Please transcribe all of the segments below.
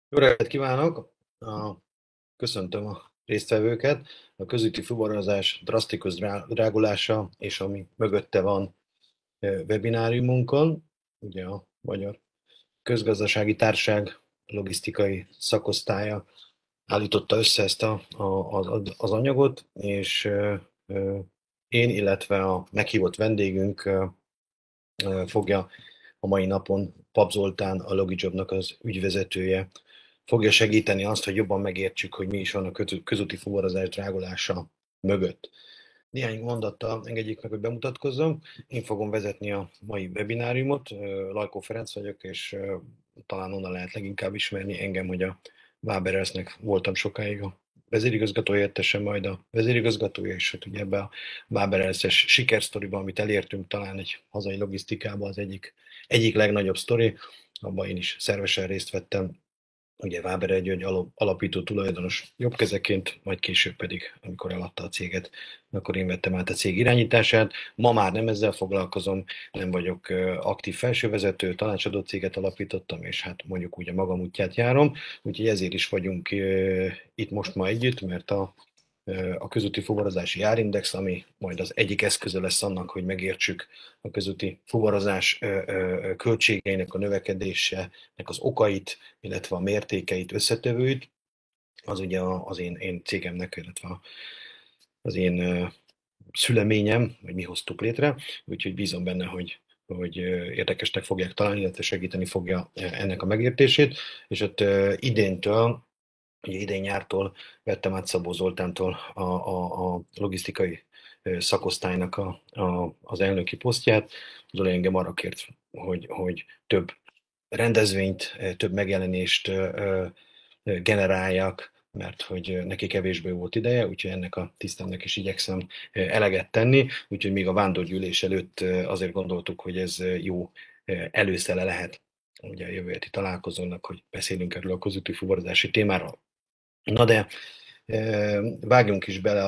Jó reggelt kívánok! Köszöntöm a résztvevőket. A közúti fuvarozás drasztikus drágulása és ami mögötte van webináriumunkon, ugye a Magyar Közgazdasági Társaság logisztikai szakosztálya állította össze ezt az anyagot, és én, illetve a meghívott vendégünk fogja a mai napon, Pap Zoltán, a Logijobnak az ügyvezetője, fogja segíteni azt, hogy jobban megértsük, hogy mi is van a közúti fuvarozás drágulása mögött. Néhány mondattal engedjék meg, hogy bemutatkozzam. Én fogom vezetni a mai webináriumot. Lajkó Ferenc vagyok, és talán onnan lehet leginkább ismerni engem, hogy a Waberers-nek voltam sokáig a vezérigazgató helyettese, majd a vezérigazgatója, és hát ugye ebbe a Waberers-es sikersztoriban, amit elértünk, talán egy hazai logisztikában az egyik legnagyobb sztori, abban én is szervesen részt vettem. Ugye Waber György alapító tulajdonos jobbkezeként, majd később pedig, amikor eladta a céget, akkor én vettem át a cég irányítását. Ma már nem ezzel foglalkozom, nem vagyok aktív felsővezető, tanácsadó céget alapítottam, és hát mondjuk úgy a magam útját járom, úgyhogy ezért is vagyunk itt most ma együtt, mert a közúti fuvarozási árindex, ami majd az egyik eszköze lesz annak, hogy megértsük a közúti fuvarozás költségeinek a növekedésének az okait, illetve a mértékeit, összetevőit, az ugye az én cégemnek, illetve az én szüleményem, vagy mi hoztuk létre, úgyhogy bízom benne, hogy érdekesnek fogják találni, illetve segíteni fogja ennek a megértését, és ott idéntől, ugye idén nyártól vettem át Szabó Zoltántól a logisztikai szakosztálynak az elnöki posztját. Zoli engem arra kért, hogy több rendezvényt, több megjelenést generáljak, mert hogy neki kevésbé volt ideje, úgyhogy ennek a tisztemnek is igyekszem eleget tenni, úgyhogy még a vándorgyűlés előtt azért gondoltuk, hogy ez jó előszele lehet ugye a jövő heti találkozónak, hogy beszélünk erről a közúti fuvarozási témáról. Na de vágjunk is bele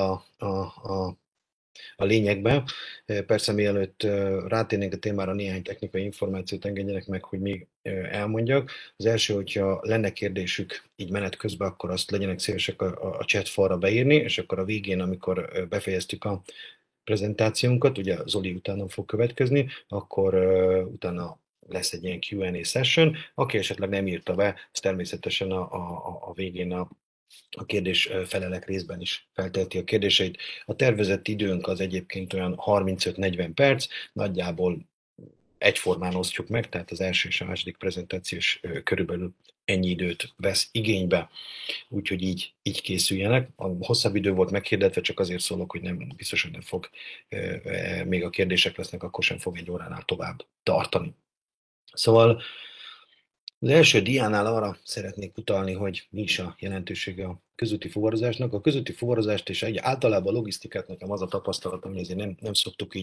a lényegbe. Persze mielőtt rátérnénk a témára, néhány technikai információt engedjenek meg, hogy még elmondjak. Az első, hogyha lenne kérdésük így menet közben, akkor azt legyenek szívesek a chat falra beírni, és akkor a végén, amikor befejeztük a prezentációnkat, ugye Zoli utána fog következni, akkor utána lesz egy ilyen Q&A session. Aki esetleg nem írta be, az természetesen a végén a kérdés felelek részben is felteheti a kérdéseit. A tervezett időnk az egyébként olyan 35-40 perc, nagyjából egyformán osztjuk meg, tehát az első és a második prezentációs körülbelül ennyi időt vesz igénybe, úgyhogy így készüljenek. A hosszabb idő volt meghirdetve, csak azért szólok, hogy nem biztos, hogy nem fog, még a kérdések lesznek, akkor sem fog egy óránál tovább tartani. Szóval az első diánál arra szeretnék utalni, hogy mi is a jelentősége a közúti fuvarozásnak. A közúti fuvarozást és általában a logisztikát nekem az a tapasztalatom, hogy azért nem szoktuk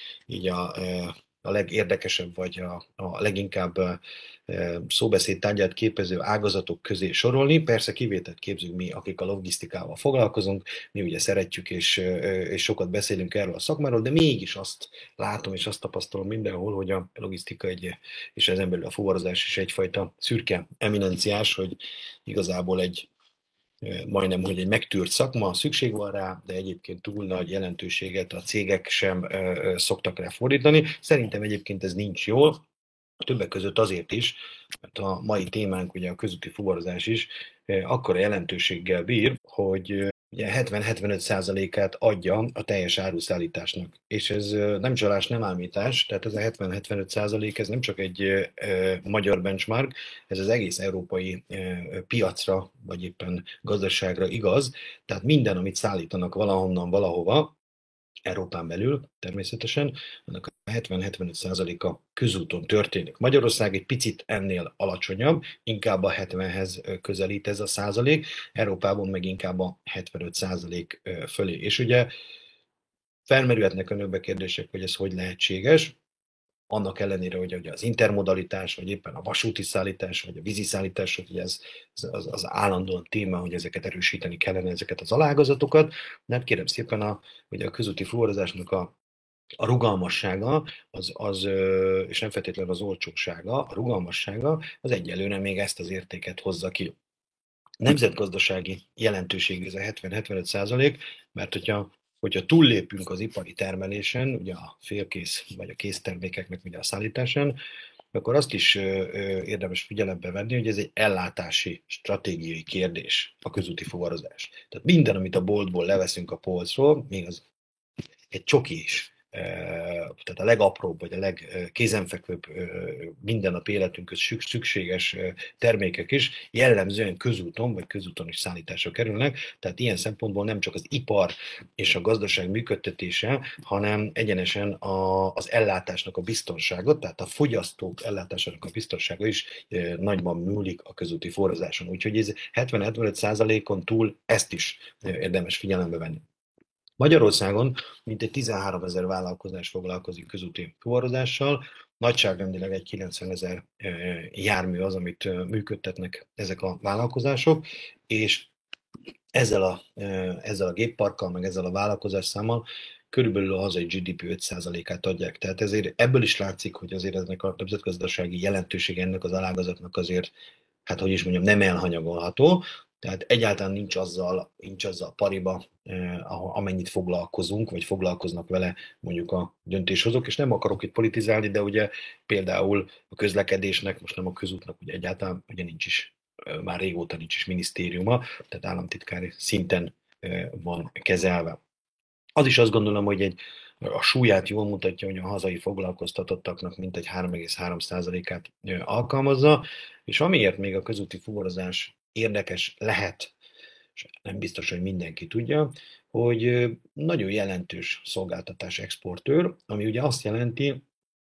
a legérdekesebb, vagy a leginkább szóbeszéd tárgyát képező ágazatok közé sorolni. Persze kivételt képzünk mi, akik a logisztikával foglalkozunk, mi ugye szeretjük és sokat beszélünk erről a szakmáról, de mégis azt látom és azt tapasztalom mindenhol, hogy a logisztika és ezen belül a fuvarozás is egyfajta szürke eminenciás, hogy igazából majdnem, hogy egy megtűrt szakma, szükség van rá, de egyébként túl nagy jelentőséget a cégek sem szoktak rá fordítani. Szerintem egyébként ez nincs jól, többek között azért is, mert a mai témánk, ugye a közúti fuvarozás is, akkora jelentőséggel bír, hogy ugye 70-75%-át adja a teljes áruszállításnak. És ez nem csalás, nem ámítás, tehát ez a 70-75%, ez nem csak egy magyar benchmark, ez az egész európai piacra, vagy éppen gazdaságra igaz. Tehát minden, amit szállítanak valahonnan, valahova, Európán belül természetesen, annak a 70-75%-a közúton történik. Magyarország egy picit ennél alacsonyabb, inkább a 70-hez közelít ez a százalék, Európában meg inkább a 75% fölé. És ugye felmerülhetnek önökbe kérdések, hogy ez hogy lehetséges, annak ellenére, hogy az intermodalitás, vagy éppen a vasúti szállítás, vagy a vízi szállítás, hogy ez az állandóan téma, hogy ezeket erősíteni kellene, ezeket az alágazatokat. De hát kérem szépen, ugye a közúti fuvarozásnak a rugalmassága, és nem feltétlenül az olcsósága, a rugalmassága az egyelőre még ezt az értéket hozza ki. nemzetgazdasági jelentőségű ez a 70-75%, mert hogyha túllépünk az ipari termelésen, ugye a félkész vagy a késztermékeknek ugye a szállításán, akkor azt is érdemes figyelembe venni, hogy ez egy ellátási stratégiai kérdés, a közúti fuvarozás. Tehát minden, amit a boltból leveszünk a polcról, még az egy csoki is, tehát a legapróbb, vagy a legkézenfekvőbb mindennapi életünkhöz szükséges termékek is jellemzően közúton, vagy közúton is szállításra kerülnek, tehát ilyen szempontból nem csak az ipar és a gazdaság működtetése, hanem egyenesen az ellátásnak a biztonsága, tehát a fogyasztók ellátásának a biztonsága is nagyban múlik a közúti forrázáson. Úgyhogy ez 70-75%-on túl ezt is érdemes figyelembe venni. Magyarországon mintegy 13 000 vállalkozás foglalkozik közúti fuvarozással, nagyságrendileg egy 90 000 jármű az, amit működtetnek ezek a vállalkozások, és ezzel a gépparkkal, meg ezzel a vállalkozás számmal körülbelül a hazai GDP 5%-át adják. Tehát ezért ebből is látszik, hogy azért ennek a nemzetgazdasági jelentősége ennek az alágazatnak azért, hát hogy is mondjam, nem elhanyagolható. Tehát egyáltalán nincs azzal pariba, amennyit foglalkozunk, vagy foglalkoznak vele mondjuk a döntéshozók, és nem akarok itt politizálni, de ugye például a közlekedésnek, most nem a közútnak, ugye egyáltalán ugye nincs is, már régóta nincs is minisztériuma, tehát államtitkári szinten van kezelve. Az is azt gondolom, hogy a súlyát jól mutatja, hogy a hazai foglalkoztatottaknak mintegy 3,3%-át alkalmazza, és amiért még a közúti fuvarozás érdekes lehet, és nem biztos, hogy mindenki tudja, hogy nagyon jelentős szolgáltatás exportőr, ami ugye azt jelenti,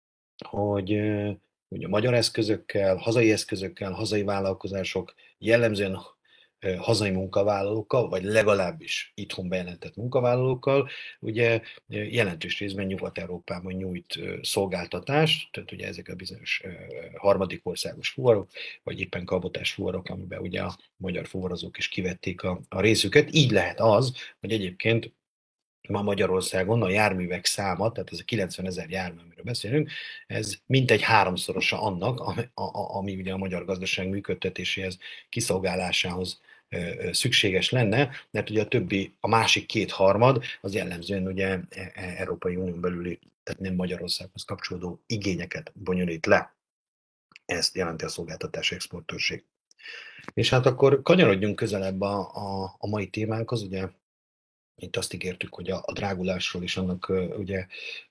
hogy a magyar eszközökkel, hazai vállalkozások jellemzően hazai munkavállalókkal, vagy legalábbis itthon bejelentett munkavállalókkal, ugye jelentős részben Nyugat-Európában nyújt szolgáltatást, tehát ugye ezek a bizonyos harmadik országos fuvarok, vagy éppen kabotás fuvarok, amiben ugye a magyar fuvarozók is kivették a részüket. Így lehet az, hogy egyébként ma Magyarországon a járművek száma, tehát ez a 90 000 jármű, amiről beszélünk, ez mintegy háromszorosa annak, ami ugye a magyar gazdaság működtetéséhez, kiszolgálásához szükséges lenne, mert ugye a másik kétharmad az jellemzően ugye Európai Unión belüli, tehát nem Magyarországhoz kapcsolódó igényeket bonyolít le. Ezt jelenti a szolgáltatás exportőrség. És hát akkor kanyarodjunk közelebb a mai témánkhoz, ugye itt azt ígértük, hogy a drágulásról és annak ugye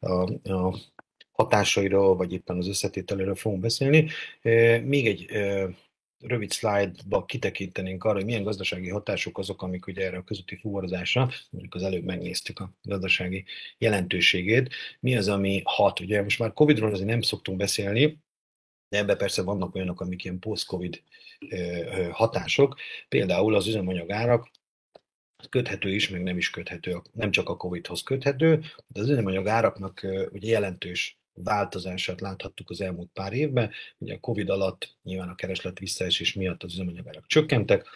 a hatásairól, vagy éppen az összetételéről fogunk beszélni. Még egy rövid szlájdba kitekintenénk arra, hogy milyen gazdasági hatások azok, amik ugye erre a közúti fuvarozásra, mondjuk az előbb megnéztük a gazdasági jelentőségét, mi az, ami hat. Ugye most már Covid-ról azért nem szoktunk beszélni, de ebben persze vannak olyanok, amik ilyen post-Covid hatások, például az üzemanyagárak, köthető is, meg nem is köthető, nem csak a Covid-hoz köthető, de az üzemanyag áraknak ugye jelentős változását láthattuk az elmúlt pár évben. Ugye a Covid alatt nyilván a kereslet visszaesés miatt az üzemanyagárak csökkentek,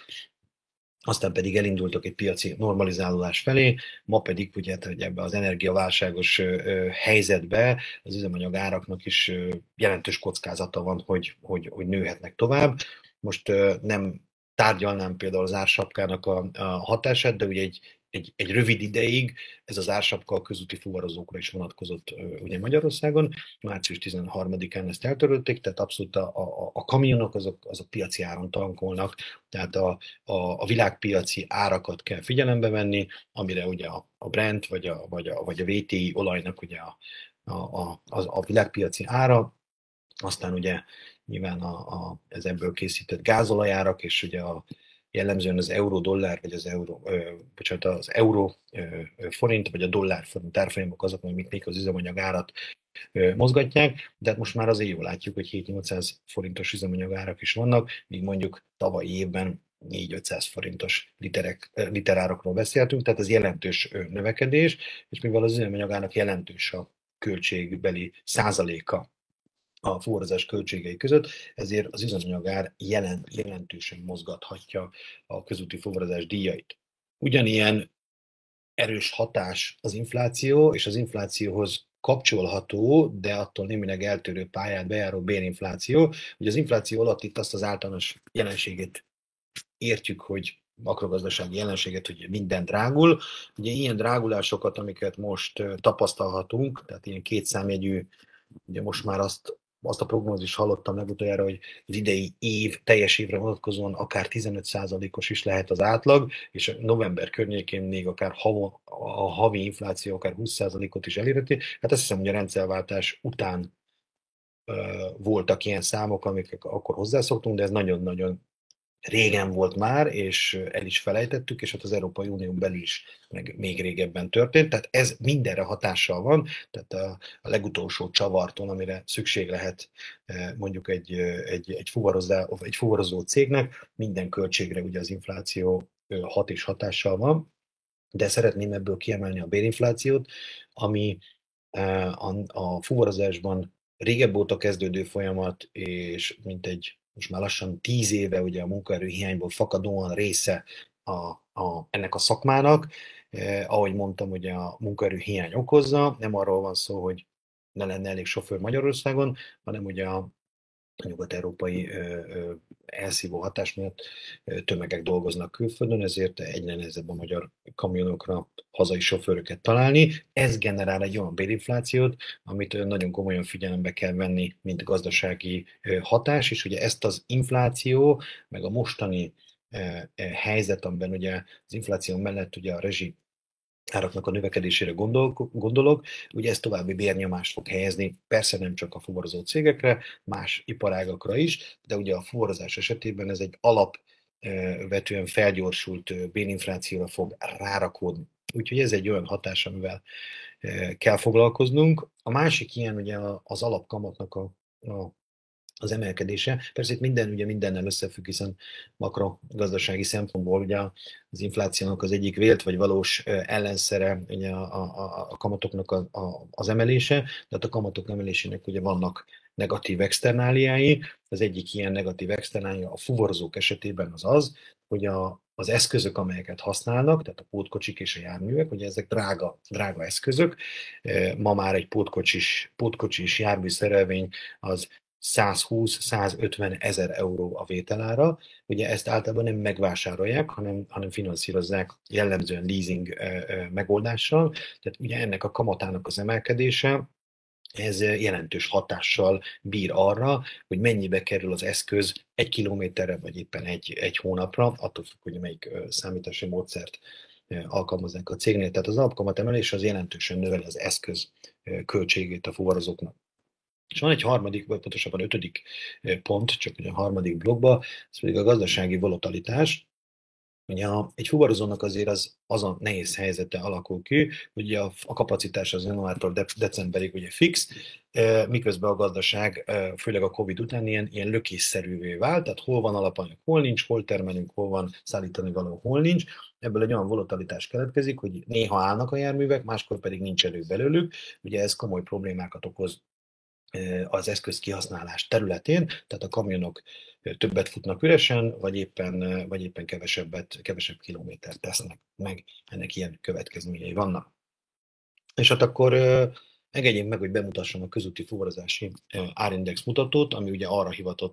aztán pedig elindultak egy piaci normalizálódás felé, ma pedig ugye hogy ebbe az energiaválságos helyzetbe az üzemanyag áraknak is jelentős kockázata van, hogy nőhetnek tovább. Most nem tárgyalnám például az ársapkának a hatását, de ugye egy rövid ideig ez az ársapka a közúti fuvarozókra is vonatkozott ugye Magyarországon. Március 13-án ezt eltörölték, tehát abszolút a kamionok azok piaci áron tankolnak, tehát a világpiaci árakat kell figyelembe venni, amire ugye a Brent vagy a VTI olajnak ugye a világpiaci ára, aztán ugye nyilván az ebből készített gázolajárak, és ugye jellemzően az euró-dollár, vagy az euró-forint, vagy a dollár-forint árfolyamok azok, amik még az üzemanyag árat mozgatják, de hát most már azért jól látjuk, hogy 7-800 forintos üzemanyag árak is vannak, míg mondjuk tavalyi évben 4-500 forintos literárakról beszéltünk, tehát ez jelentős növekedés, és mivel az üzemanyagának jelentős a költségbeli százaléka a fuvarozás költségei között, ezért az üzemanyagár jelentősen mozgathatja a közúti fuvarozás díjait. Ugyanilyen erős hatás az infláció, és az inflációhoz kapcsolható, de attól némileg eltérő pályát bejáró bérinfláció. Ugye az infláció alatt itt azt az általános jelenségét értjük, hogy makrogazdasági jelenséget, hogy minden drágul. Ugye ilyen drágulásokat, amiket most tapasztalhatunk, tehát ilyen kétszámjegyű, ugye most már azt a prognózis hallottam legutoljára, hogy az idei év, teljes évre vonatkozóan akár 15%-os is lehet az átlag, és november környékén még akár a havi infláció akár 20%-ot is elérheti. Hát azt hiszem, hogy a rendszerváltás után voltak ilyen számok, amiket akkor hozzászoktunk, de ez nagyon-nagyon régen volt már, és el is felejtettük, és hát az Európai Unión belül is meg még régebben történt, tehát ez mindenre hatással van, tehát a legutolsó csavartól, amire szükség lehet mondjuk egy fuvarozó cégnek, minden költségre ugye az infláció hat és hatással van, de szeretném ebből kiemelni a bérinflációt, ami a fuvarozásban régebb óta kezdődő folyamat, és most már lassan 10 éve ugye a munkaerőhiányból fakadóan része ennek a szakmának. Ahogy mondtam, ugye a munkaerőhiány okozza, nem arról van szó, hogy ne lenne elég sofőr Magyarországon, hanem ugye a nyugat-európai elszívó hatás miatt tömegek dolgoznak külföldön, ezért egyre nehezebb a magyar kamionokra hazai sofőröket találni. Ez generál egy olyan bérinflációt, amit nagyon komolyan figyelembe kell venni, mint gazdasági hatás, és ugye ezt az infláció, meg a mostani helyzet, amiben ugye az infláció mellett ugye a rezsi áraknak a növekedésére gondolok, ugye ez további bérnyomást fog helyezni, persze nem csak a fuvarozó cégekre, más iparágakra is, de ugye a fuvarozás esetében ez egy alapvetően felgyorsult bérinflációra fog rárakódni. Úgyhogy ez egy olyan hatás, amivel kell foglalkoznunk. A másik ilyen ugye az alapkamatnak az emelkedése. Persze itt minden ugye mindennel összefügg, hiszen makrogazdasági szempontból ugye az inflációnak az egyik vélt vagy valós ellenszere ugye a kamatoknak az emelése, tehát a kamatok emelésének ugye vannak negatív externáliái. Az egyik ilyen negatív externália a fuvarozók esetében hogy az eszközök, amelyeket használnak, tehát a pótkocsik és a járművek, ugye ezek drága eszközök. Ma már egy pótkocsis járműszerelvény az 120-150 ezer euró a vételára. Ugye ezt általában nem megvásárolják, hanem finanszírozzák jellemzően leasing megoldással. Tehát ugye ennek a kamatának az emelkedése, ez jelentős hatással bír arra, hogy mennyibe kerül az eszköz egy kilométerre, vagy éppen egy hónapra, attól függ, hogy melyik számítási módszert alkalmazzák a cégnél. Tehát az alapkamat emelés az jelentősen növeli az eszköz költségét a fuvarozóknak. És van egy harmadik, vagy pontosabban ötödik pont, csak ugye a harmadik blokkban, ez pedig a gazdasági volatilitás. Ugye egy fuvarozónak azért az a nehéz helyzete alakul ki, hogy ugye a kapacitás az januártól decemberig ugye fix, miközben a gazdaság, főleg a Covid után ilyen lökésszerűvé vált, tehát hol van alapanyag, hol nincs, hol termelünk, hol van szállítani való, hol nincs. Ebből egy olyan volatilitás keletkezik, hogy néha állnak a járművek, máskor pedig nincs elő belőlük. Ugye ez komoly problémákat okoz az eszköz kihasználás területén, tehát a kamionok többet futnak üresen, vagy éppen kevesebb kilométert tesznek meg. Ennek ilyen következményei vannak. És hát akkor engedjék meg, hogy bemutassam a közúti fuvarozási árindex mutatót, ami ugye arra hivatott,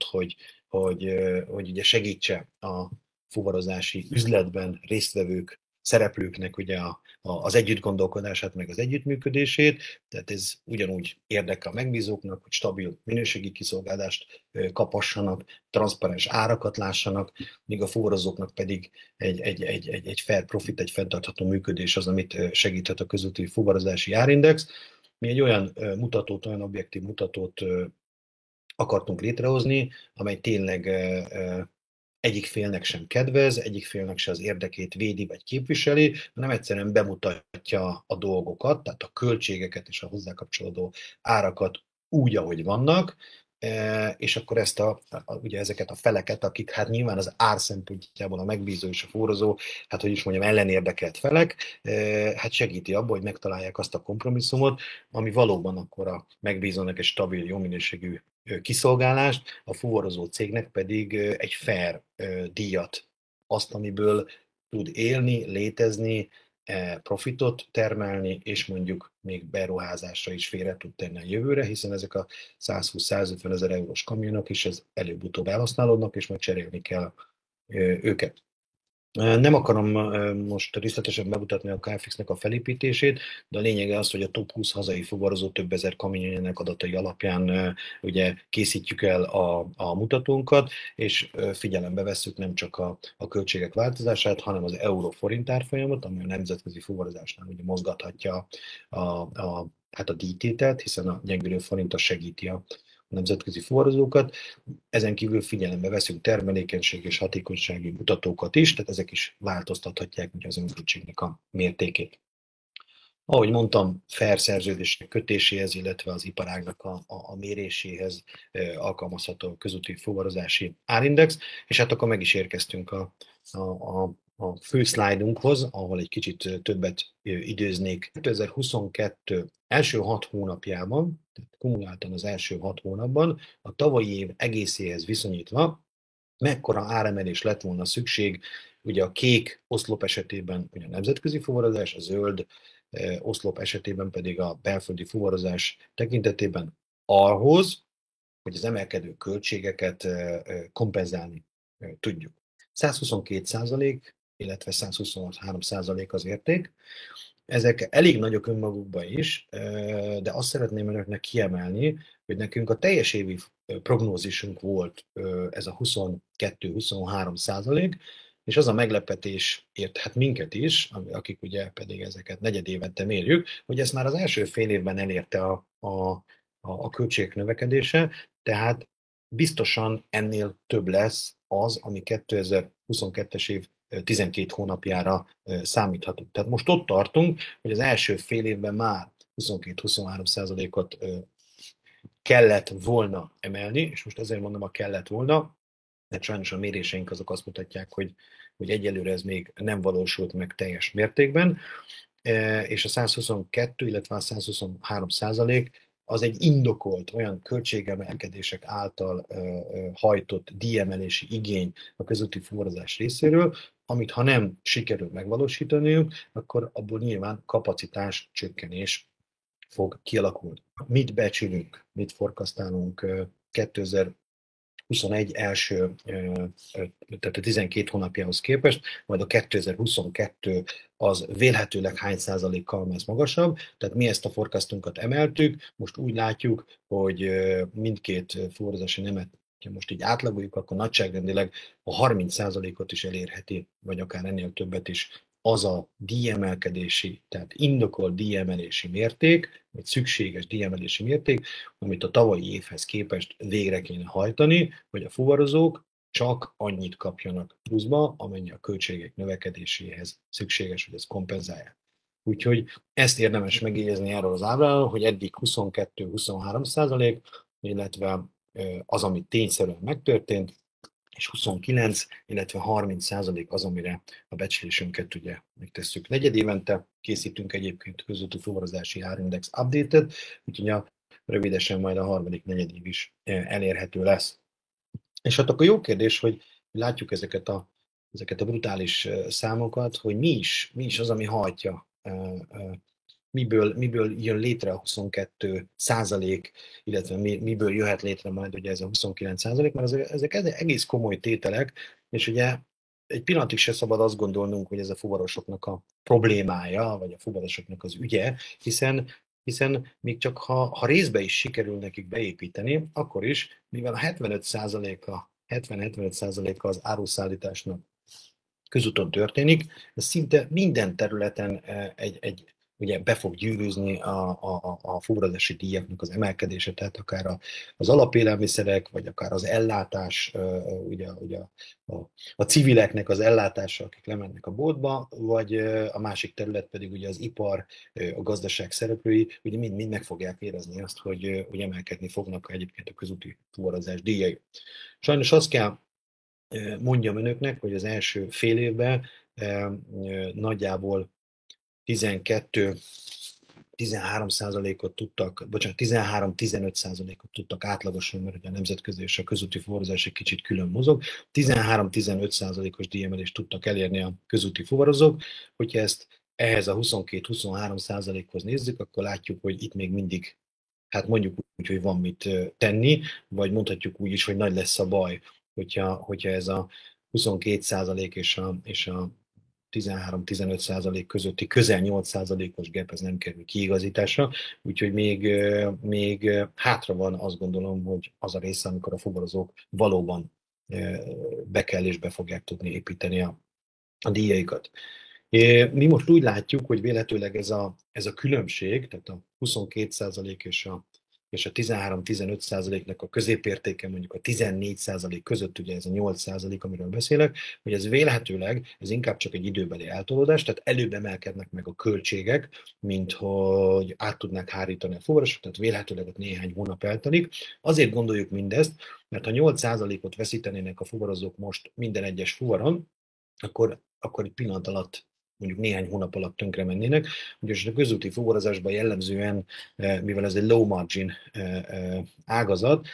hogy ugye segítse a fuvarozási üzletben résztvevők, szereplőknek ugye az együttgondolkodását, meg az együttműködését. Tehát ez ugyanúgy érdekel a megbízóknak, hogy stabil minőségi kiszolgálást kaphassanak, transzparens árakat lássanak, míg a fuvarozóknak pedig egy fair profit, egy fenntartható működés az, amit segíthet a közúti fuvarozási árindex. Mi egy olyan mutatót, olyan objektív mutatót akartunk létrehozni, amely tényleg egyik félnek sem kedvez, egyik félnek se az érdekét védi vagy képviseli, hanem egyszerűen bemutatja a dolgokat, tehát a költségeket és a hozzá kapcsolódó árakat úgy, ahogy vannak, és akkor ugye ezeket a feleket, akik hát nyilván az ár szempontjából a megbízó és a forrozó, hát hogy is mondjam, ellenérdekelt felek, hát segíti abba, hogy megtalálják azt a kompromisszumot, ami valóban akkor a megbízónak egy stabil, jó minőségű kiszolgálást, a fuvarozó cégnek pedig egy fair díjat, azt, amiből tud élni, létezni, profitot termelni, és mondjuk még beruházásra is félre tud tenni a jövőre, hiszen ezek a 120-150 ezer eurós kamionok is ez előbb-utóbb elhasználódnak, és majd cserélni kell őket. Nem akarom most részletesen bemutatni a KFX-nek a felépítését, de a lényege az, hogy a top 20 hazai fuvarozó több ezer kamionjának adatai alapján ugye készítjük el a mutatónkat, és figyelembe vesszük nem csak a költségek változását, hanem az euró-forint árfolyamot, ami a nemzetközi fuvarozásnál ugye mozgathatja hát a díjtételt, hiszen a gyengülő forint az segíti a nemzetközi fuvarozókat. Ezen kívül figyelembe veszünk termelékenység és hatékonysági mutatókat is, tehát ezek is változtathatják ugye az önköltségnek a mértékét. Ahogy mondtam, fair szerződések kötéséhez, illetve az iparágnak a méréséhez alkalmazható a közúti fuvarozási árindex, és hát akkor meg is érkeztünk a, a fő szlájdunkhoz, ahol egy kicsit többet időznék. 2022 első 6 hónapjában, tehát kumuláltan az első 6 hónapban, a tavalyi év egészéhez viszonyítva, mekkora áremelés lett volna szükség, ugye a kék oszlop esetében ugye a nemzetközi fuvarozás, a zöld oszlop esetében pedig a belföldi fuvarozás tekintetében ahhoz, hogy az emelkedő költségeket kompenzálni tudjuk. 122%, illetve 123% az érték. Ezek elég nagyok önmagukban is, de azt szeretném önöknek kiemelni, hogy nekünk a teljes évi prognózisunk volt ez a 22-23%, és az a meglepetés ért hát minket is, akik ugye pedig ezeket negyedévente mérjük, hogy ezt már az első fél évben elérte a költségek növekedése, tehát biztosan ennél több lesz az, ami 2022-es év 12 hónapjára számíthatunk. Tehát most ott tartunk, hogy az első fél évben már 22-23%-ot kellett volna emelni, és most ezért mondom a kellett volna, mert sajnos a méréseink azok azt mutatják, hogy egyelőre ez még nem valósult meg teljes mértékben, és a 122, illetve a 123% az egy indokolt olyan költségemelkedések által hajtott díjemelési igény a közúti fuvarozás részéről, amit ha nem sikerül megvalósítaniuk, akkor abból nyilván kapacitás csökkenés fog kialakulni. Mit becsülünk, mit forecastálunk 2021 első, tehát a 12 hónapjához képest, majd a 2022 az vélhetőleg hány százalékkal lesz magasabb, tehát mi ezt a forecastunkat emeltük, most úgy látjuk, hogy mindkét fuvarozási nemet, ha most így átlagoljuk, akkor nagyságrendileg a 30%-ot is elérheti, vagy akár ennél többet is az a díjemelkedési, tehát indokolt díjemelési mérték, vagy szükséges díjemelési mérték, amit a tavalyi évhez képest végre kéne hajtani, hogy a fuvarozók csak annyit kapjanak pluszba, amennyi a költségek növekedéséhez szükséges, hogy ezt kompenzálják. Úgyhogy ezt érdemes megjegyezni erről az ábráról, hogy eddig 22-23%, illetve az, ami tényszerűen megtörtént, és 29, illetve 30% az, amire a becslésünket ugye megtesszük. Negyedévente készítünk egyébként közúti fuvarozási árindex update-et, úgyhogy rövidesen majd a harmadik negyedév is elérhető lesz. És hát akkor jó kérdés, hogy látjuk ezeket a brutális számokat, hogy mi is az, ami hajtja, miből jön létre a 22%, illetve miből jöhet létre majd ugye ez a 29%, mert ezek egész komoly tételek, és ugye egy pillanatig se szabad azt gondolnunk, hogy ez a fuvarosoknak a problémája, vagy a fuvarosoknak az ügye, hiszen még csak ha részbe is sikerül nekik beépíteni, akkor is, mivel a 75%-a 70-75%-a az áruszállításnak közúton történik, ez szinte minden területen ugye be fog gyűrűzni a fuvarozási díjaknak az emelkedése, tehát akár az alapélelmiszerek, vagy akár az ellátás, ugye a civileknek az ellátása, akik lemennek a boltba, vagy a másik terület pedig ugye az ipar, a gazdaság szereplői, ugye mind meg fogják érezni azt, hogy emelkedni fognak egyébként a közúti fuvarozás díjai. Sajnos azt kell mondjam önöknek, hogy az első fél évben nagyjából 12-13%-ot tudtak, bocsánat, 13-15%-ot tudtak átlagosan, mert ugye a nemzetközi és a közúti fuvarozás egy kicsit külön mozog, 13-15%-os díjemelést tudtak elérni a közúti fuvarozók. Hogyha ezt ehhez a 22-23%-hoz nézzük, akkor látjuk, hogy itt még mindig, hát mondjuk úgy, hogy van mit tenni, vagy mondhatjuk úgy is, hogy nagy lesz a baj, hogyha ez a 22% és a 13-15% közötti közel 8%-os gap, ez nem kerül kiigazításra, úgyhogy még hátra van, azt gondolom, hogy az a része, amikor a fuvarozók valóban be kell és be fogják tudni építeni a díjaikat. Mi most úgy látjuk, hogy véletőleg ez a különbség, tehát a 22% és a 13-15%-nak a középértéke, mondjuk a 14% között, ugye ez a 8%, amiről beszélek, hogy ez vélhetőleg, ez inkább csak egy időbeli eltolódás, tehát előbb emelkednek meg a költségek, mint hogy át tudnák hárítani a fuvarosok, tehát vélhetőleg ott néhány hónap eltelik. Azért gondoljuk mindezt, mert ha 8%-ot veszítenének a fuvarozók most minden egyes fuvaron, akkor egy pillanat alatt, mondjuk néhány hónap alatt tönkre mennének. Ugyanis a közúti fuvarozásban jellemzően, mivel ez egy low margin ágazat,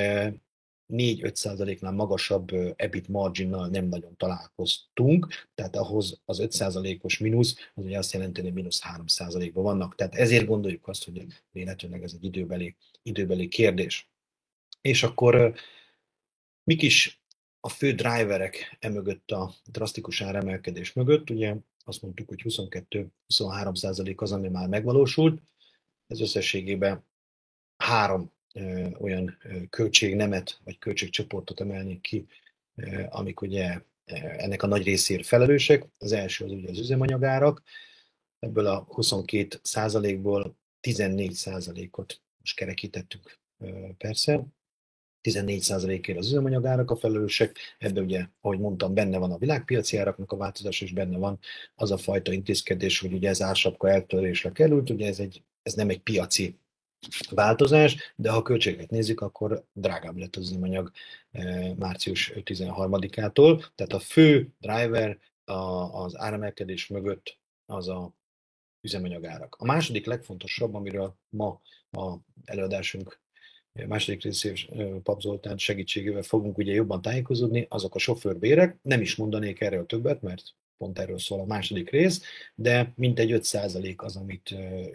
4-5%-nál magasabb EBIT marginnal nem nagyon találkoztunk, tehát ahhoz az 5%-os mínusz, az ugye azt jelenti, hogy mínusz 3%-ban vannak. Tehát ezért gondoljuk azt, hogy véletlenül ez egy időbeli kérdés. És akkor mik is a fő driverek emögött, a drasztikus áremelkedés mögött? Ugye azt mondtuk, hogy 22-23% az, ami már megvalósult. Ez összességében három olyan költségnemet vagy költségcsoportot emelnék ki, amik ugye ennek a nagy részért felelősek. Az első az ugye az üzemanyagárak. Ebből a 22%-ból 14%-ot most kerekítettük persze, 14%-ért az üzemanyagárak a felelősek, ebben ugye, ahogy mondtam, benne van a világpiaci áraknak a változás, és benne van az a fajta intézkedés, hogy ugye ez ársapka eltörésre került, ugye ez nem egy piaci változás, de ha a költséget nézzük, akkor drágább lett az üzemanyag március 13-ától. Tehát a fő driver az áremelkedés mögött az a üzemanyagárak. A második legfontosabb, amiről ma a előadásunk második részés Pap Zoltán segítségével fogunk ugye jobban tájékozódni, azok a sofőrbérek. Nem is mondanék erről többet, mert pont erről szól a második rész, de mintegy 5% az, amit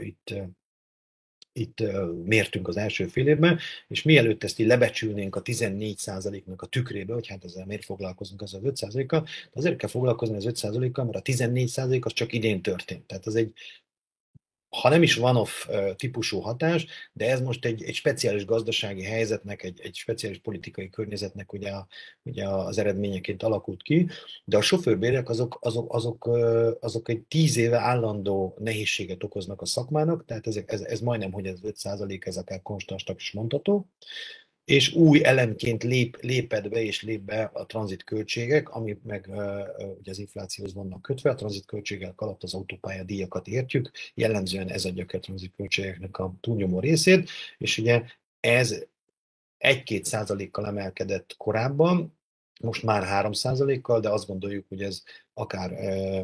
itt mértünk az első fél évben, és mielőtt ezt így lebecsülnénk a 14%-nak a tükrébe, hogy hát ezzel miért foglalkozunk az 5%-kal, azért kell foglalkozni az 5%-kal, mert a 14% az csak idén történt. Tehát ez egy, ha nem is one-off típusú hatás, de ez most egy speciális gazdasági helyzetnek, egy speciális politikai környezetnek ugye az eredményeként alakult ki, de a sofőrbérek azok egy 10 éve állandó nehézséget okoznak a szakmának, tehát ez majdnem, hogy ez 5%, ez akár konstansnak is mondható, és új elemként lépett be és lép be a tranzitköltségek, ami meg ugye az inflációhoz vannak kötve, a tranzitköltségek alatt az autópálya díjakat értjük, jellemzően ez adja ki a tranzitköltségeknek a túlnyomó részét, és ugye ez 1-2%-kal emelkedett korábban, most már 3%-kal, de azt gondoljuk, hogy ez akár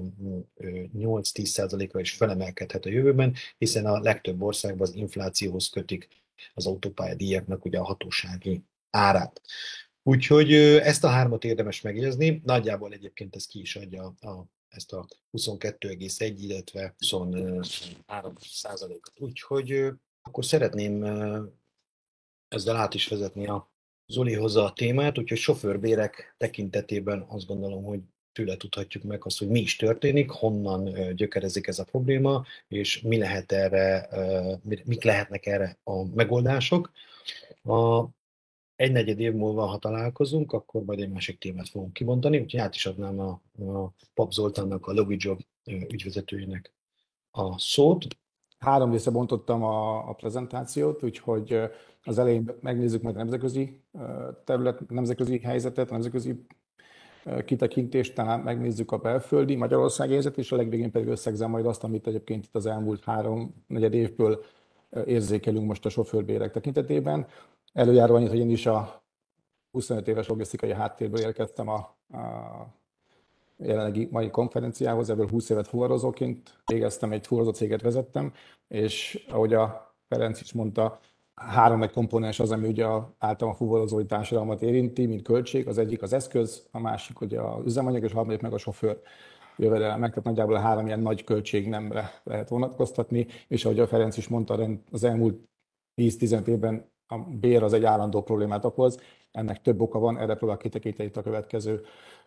8-10%-ra is felemelkedhet a jövőben, hiszen a legtöbb országban az inflációhoz kötik az autópályadíjaknak ugye a hatósági árát. Úgyhogy ezt a hármat érdemes megjegyezni. Nagyjából egyébként ez ki is adja ezt a 22,1, illetve 23%-ot. Úgyhogy akkor szeretném ezzel át is vezetni a Zolihoz a témát, úgyhogy sofőrbérek tekintetében azt gondolom, hogy tőle tudhatjuk meg azt, hogy mi is történik, honnan gyökerezik ez a probléma, és mik lehetnek erre a megoldások. Egy negyed év múlva, ha találkozunk, akkor majd egy másik témát fogunk kibontani, úgyhogy át is adnám a Pap Zoltánnak, a Logijob ügyvezetőjének a szót. 3 részre bontottam a prezentációt, úgyhogy az elején megnézzük majd a nemzetközi terület, nemzetközi helyzetet, a nemzetközi kitekintést, talán megnézzük a belföldi Magyarország helyzetet, és a legvégén pedig összegzem majd azt, amit egyébként itt az elmúlt 3-4 évből érzékelünk most a sofőrbérek tekintetében. Előjárva annyit, hogy én is a 25 éves logisztikai háttérből érkeztem a jelenlegi mai konferenciához, ebből 20 évet fuvarozóként végeztem, egy fuvarozó céget vezettem, és ahogy a Ferenc is mondta, 3 nagy komponens az, ami ugye általában a fuvarozói társadalmat érinti, mint költség. Az egyik az eszköz, a másik ugye az üzemanyag, és a harmadik meg a sofőr jövedelemek, tehát nagyjából a 3 ilyen nagy költségnemre lehet vonatkoztatni, és ahogy a Ferenc is mondta, az elmúlt 10-15 évben a bér az egy állandó problémát okoz, ennek több oka van, erre próbál kitekinteni itt a következő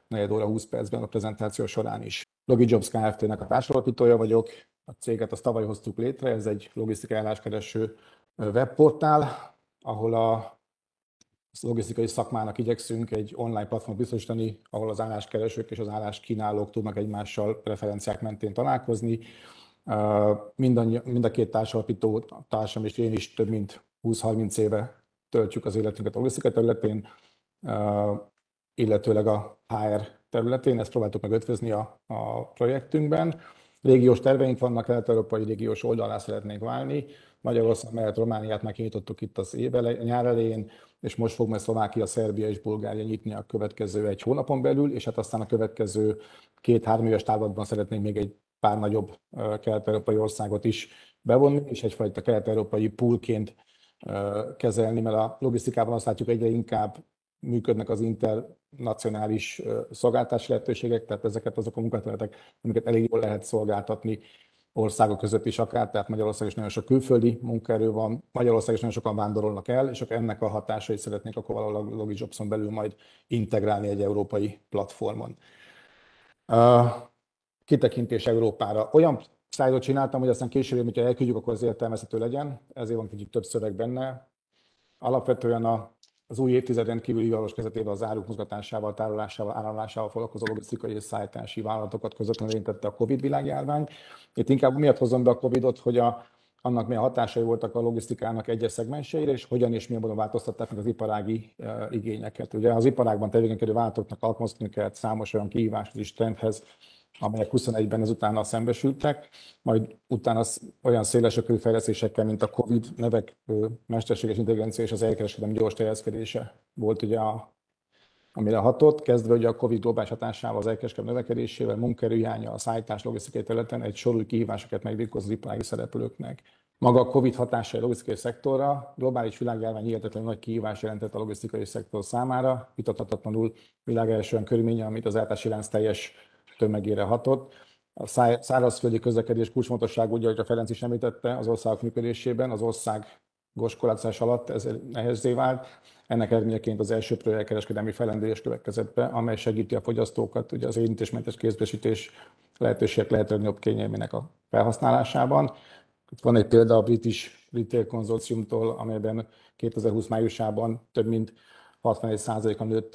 4 óra 20 percben a prezentáció során is. LogiJobs Kft-nek a társalapítója vagyok, a céget azt tavaly hoztuk létre, ez egy logisztikai álláskereső webportál, ahol a logisztikai szakmának igyekszünk egy online platformot biztosítani, ahol az álláskeresők és az álláskínálók tudnak egymással preferenciák mentén találkozni. Mind a két társalapító társam és én is több mint 20-30 éve töltjük az életünket a logisztika területén, illetőleg a HR területén. Ezt próbáltuk meg ötvözni a projektünkben. Régiós terveink vannak, kelet-európai régiós oldalá szeretnénk válni. Magyarország mellett Romániát már kinyitottuk itt az nyár elején, és most fog majd Szlovákia, Szerbia és Bulgária nyitni a következő 1 hónapon belül, és hát aztán a következő 2-3 éves távlatban szeretnénk még egy pár nagyobb kelet-európai országot is bevonni, és egyfajta kelet-európai poolként kezelni, mert a logisztikában azt látjuk, egyre inkább működnek az internacionális szolgáltatási lehetőségek, tehát ezeket azok a munkaterületek, amiket elég jól lehet szolgáltatni országok között is akár, tehát Magyarország is nagyon sok külföldi munkaerő van, Magyarország is nagyon sokan vándorolnak el, és akkor ennek a hatásait szeretnék akkor valahol a LogiJobson belül majd integrálni egy európai platformon. Kitekintés Európára. Olyan szlájdot csináltam, hogy aztán később, hogyha elküldjük, akkor az értelmezhető legyen, ezért van kicsit több szöveg benne. Alapvetően az új évtized rendkívül hivatalos kezdetében az áruk mozgatásával, tárolásával, áramlásával foglalkozó logisztikai és szállítási vállalatokat közvetlenül érintette a Covid világjárvány. Itt inkább miatt hozom be a Covidot, hogy annak milyen hatásai voltak a logisztikának egyes szegmenseire, és hogyan és milyen módon változtatták meg az iparági igényeket. Ugye az iparágban tevékenykedő vállalatoknak alkalmazni kellett számos olyan kihíváshoz és trendhez, amelyek 21-ben ezután szembesültek, majd utána olyan szélesebb fejlesztésekkel, mint a Covid, növekvő mesterséges intelligencia és az elkereskedelem gyors terjeszkedése volt ugye amire hatott, kezdve ugye a Covid globális hatásával, az elkereskedelem növekedésével, munkaerőhiánnyal, a szállítás logisztikai területen egy sorú kihívásokat megbirkózó az iparági szereplőknek. Maga a Covid hatásai a logisztikai szektorra, globális világjárvány hihetetlenül nagy kihívás jelentett a logisztikai szektor számára, vitathatatlanul világ első olyan körülménye, amit az ellátási lánc teljes tömegére hatott. A szárazföldi közlekedés kulcsfontosságú, ugye, hogy a Ferenc is említette, az országok működésében, az ország korlátozás alatt ez nehezzé vált. Ennek eredményeként az első projektkereskedelmi fellendülés következett be, amely segíti a fogyasztókat ugye az érintésmentes kézbesítés lehetőségek lehető legnagyobb kényelmének a felhasználásában. Itt van egy példa a British Retail Konzorciumtól, amelyben 2020 májusában több mint 61%-a nőtt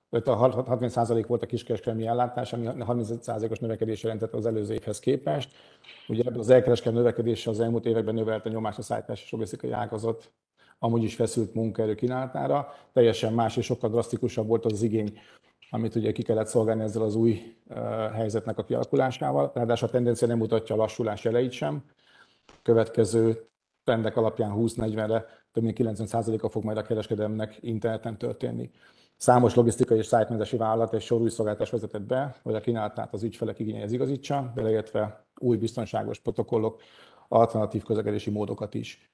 60% volt a kiskereskedelmi ellátás, ami 35%-os növekedés jelentett az előző évhez képest. Ugye ebből az elkereskedelmi növekedés az elmúlt években növelte nyomást a szállítás és logisztikai ágazat amúgy is feszült munkaerő kínálatára. Teljesen más és sokkal drasztikusabb volt az igény, amit ugye ki kellett szolgálni ezzel az új helyzetnek a kialakulásával. Ráadásul a tendencia nem mutatja a lassulás jeleit sem. Következő trendek alapján 20-40-re több mint 90%-a fog majd a kereskedelemnek interneten történni. Számos logisztikai és szállítmányozási vállalat és sor új szolgáltatás vezetett be, hogy a kínálatát az ügyfelek igényeihez igazítsa, beleértve új biztonságos protokollok, alternatív közlekedési módokat is.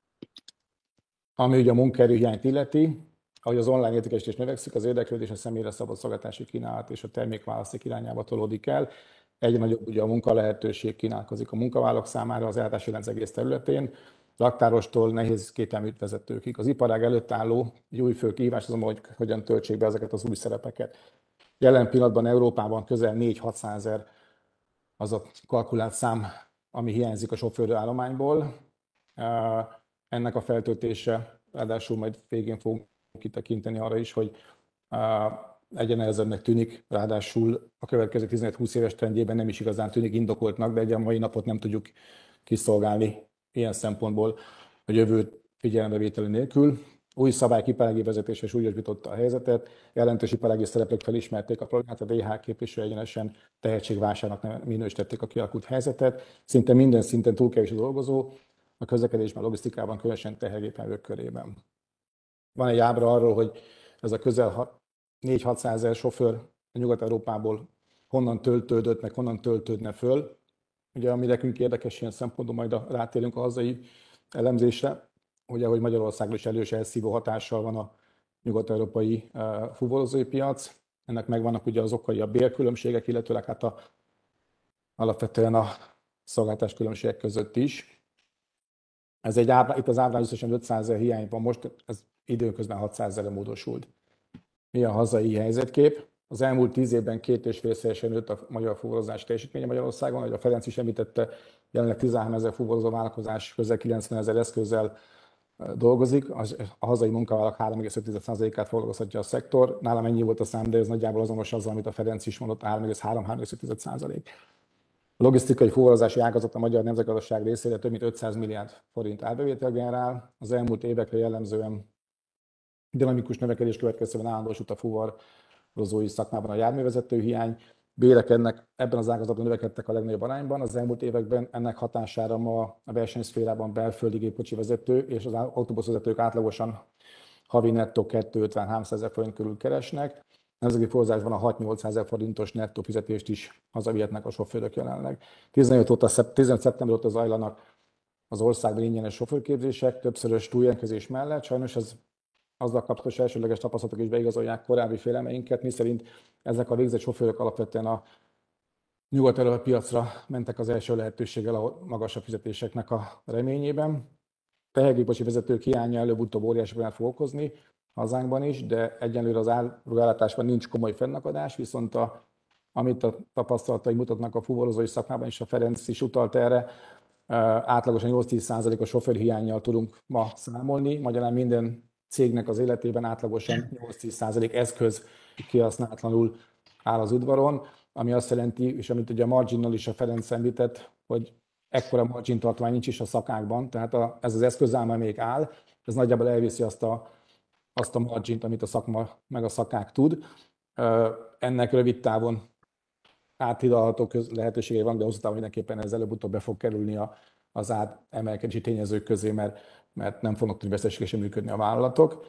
Ami ugye a munkaerőhiányt illeti, ahogy az online értékesítés növekszik, az érdeklődés a személyre szabott szolgáltatási kínálat és a termékválaszték irányába tolódik el. Egyre nagyobb ugye a munkalehetőség kínálkozik a munkavállalók számára az ellátási lánc egész területén, raktárostól nehéz kételműt vezetőkig. Az iparág előtt álló egy új fő kihívás azonban, hogy hogyan töltsék be ezeket az új szerepeket. Jelen pillanatban Európában közel 4-600 ezer az a kalkulált szám, ami hiányzik a sofőrállományból. Ennek a feltöltése, ráadásul majd végén fogunk kitekinteni arra is, hogy egyre nehezebbnek tűnik, ráadásul a következő 15-20 éves trendjében nem is igazán tűnik indokoltnak, de egy a mai napot nem tudjuk kiszolgálni ilyen szempontból a jövő figyelembevételi nélkül. Új szabályok iparági vezetése súlyosbította a helyzetet, jelentős iparági szereplők felismerték a problémát, a DH képviselő egyenesen tehetségválságnak minősítették a kialakult helyzetet. Szinte minden szinten túl kevés a dolgozó, a közlekedésben, a logisztikában, különösen tehergépjárművek körében. Van egy ábra arról, hogy ez a közel 4-600 ezer sofőr Nyugat-Európából honnan töltődött, meg honnan töltődne föl. Ugye, ami nekünk érdekes ilyen szempontból, majd rátérünk a hazai elemzésre, hogy ahogy Magyarországon is elős elszívó hatással van a nyugat-európai fuvarozói piac. Ennek megvannak ugye az okai a bérkülönbségek, illetőleg hát alapvetően a szolgáltatás különbségek között is. Ez egy itt az ábrán összesen 500 ezer hiány van most, ez időközben 600 ezerre módosult. Mi a hazai helyzetkép? az elmúlt 10 évben 2,5-szeresen nőtt a magyar fuvarozás teljesítménye Magyarországon, ahogy a Ferenc is említette, jelenleg 13 000 fuvarozó vállalkozás közel 90 000 eszközzel dolgozik, a hazai munkavállalók 3,5%-át foglalkoztatja a szektor. Nálam ennyi volt a szám, de ez nagyjából azonos azzal, amit a Ferenc is mondott, 3,3-3,5%. A logisztikai fuvarozási ágazat a magyar nemzetgazdaság részére több mint 500 milliárd forint árbevétel generál. Az elmúlt évekre jellemzően dinamikus növekedés következtében állandósult a fuvarozói szakmában a járművezető hiány. Bérek ebben az ágazatban növekedtek a legnagyobb arányban. Az elmúlt években ennek hatására ma a versenyszférában belföldi gépkocsi vezető és az autóbuszvezetők átlagosan havi nettó 250-300 ezer forint körül keresnek. Nemzeti fuvarozásban a 6-8 ezer forintos nettó fizetést is hazavihetnek a sofőrök jelenleg. 15 szeptember óta zajlanak az országban ingyenes sofőrképzések, többszörös túljelentkezés mellett. Sajnos ez azzal kapcsolatos elsődleges tapasztalatok is beigazolják korábbi félelmeinket, miszerint ezek a végzett sofőrök alapvetően a nyugat-európai piacra mentek az első lehetőséggel a magasabb fizetéseknek a reményében. Tehergépkocsi vezetők hiánya előbb-utóbb óriási problémát fog okozni hazánkban is, de egyenlőre az áruellátásban nincs komoly fennakadás, viszont amit a tapasztalatai mutatnak a fuvarozói szakmában, és a Ferenc is utalt erre, átlagosan 8-10% a sofőrhiánnyal tudunk ma számolni. Magyarán minden cégnek az életében átlagosan 8-10% eszköz kihasználatlanul áll az udvaron, ami azt jelenti, és amit ugye a marginnal is a Ferenc említett, hogy ekkora margin tartomány nincs is a szakákban, tehát ez az eszközálma még áll, ez nagyjából elviszi azt a margint, amit a szakma meg a szakák tud. Ennek rövid távon áthidalható lehetőségei van, de hosszú távon mindenképpen ez előbb-utóbb be fog kerülni az áremelkedési tényezők közé, mert nem fognak tudni veszteségesen működni a vállalatok.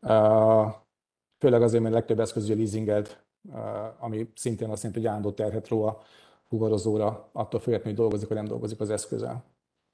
Főleg azért, mert legtöbb eszköz ugye leasingelt, ami szintén azt jelenti, hogy állandó terhet ró a fuvarozóra, attól függetlenül, hogy dolgozik vagy nem dolgozik az eszközzel.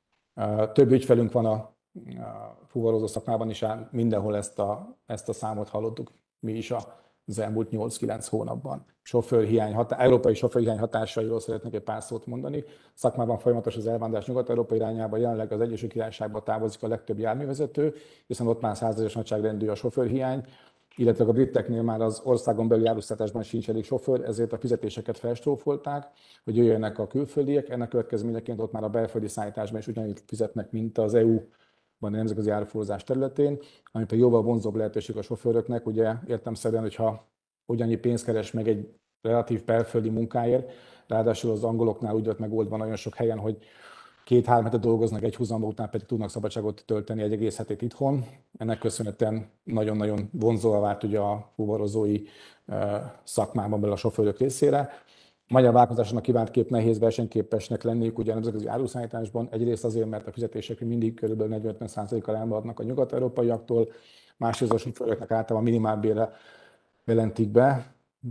Több ügyfelünk van a fuvarozó szakmában is, mindenhol ezt a számot hallottuk mi is az elmúlt 8-9 hónapban. Európai sofőrhiány hatásairól szeretnék egy pár szót mondani. Szakmában folyamatos az elvándorlás Nyugat-Európa irányába, jelenleg az Egyesült Királyságba távozik a legtöbb járművezető, hiszen ott már 100 nagyságrendű a sofőrhiány, illetve a briteknél már az országon belüli áruszállításban sincs elég sofőr, ezért a fizetéseket felstrófolták, hogy jöjjenek a külföldiek. Ennek következményeként ott már a belföldi szállításban is ugyanúgy fizetnek, mint az EU-ban a nemzetközi áruforgalmazás területén, ami pedig jóval vonzóbb lehetőség a sofőröknek. Ugye értelemszerűen, hogyha ugyannyi pénzt keres meg egy relatív belföldi munkáért, ráadásul az angoloknál úgy lett megoldva nagyon sok helyen, hogy 2-3 hetet dolgoznak egy húzamba, után pedig tudnak szabadságot tölteni egy egész hetét itthon. Ennek köszönhetően nagyon-nagyon vonzóvá vált ugye a fuvarozói szakmában belül a sofőrök részére. A magyar vállalkozásoknak kiváltképp nehéz versenyképesnek lenniük ugye a nemzetközi áruszállításban. Egyrészt azért, mert a fizetések mindig kb. 40-50%-kal elmaradnak a nyugat-európaiaktól, másrészt a sofőröknek általában minimálbérre jelentik be,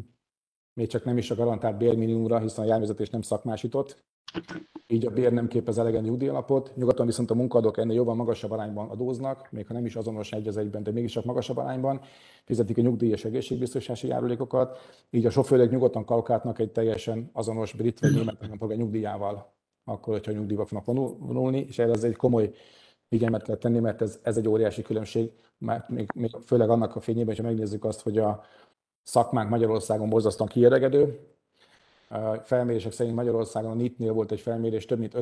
még csak nem is a garantált bérminimumra, hiszen a járművezetés nem szakmásított, így a bér nem képez elegen nyugdíjalapot. Nyugaton viszont a munkaadók ennél jóval magasabb arányban adóznak, még ha nem is azonos egy az egyben, de mégis csak magasabb arányban fizetik a nyugdíj és egészségbiztosítási járulékokat, így a sofőrök nyugodtan kalkulálnak egy teljesen azonos brit vagy német állampolgár nyugdíjával, akkor, hogyha nyugdíjba fognak vonulni, és erre ez egy komoly figyelmet kell tenni, mert ez egy óriási különbség, mert még főleg annak a fényében, hogyha megnézzük azt, hogy a szakmánk Magyarországon borzasztóan kiöregedő. Felmérések szerint Magyarországon a NIT-nél volt egy felmérés, több mint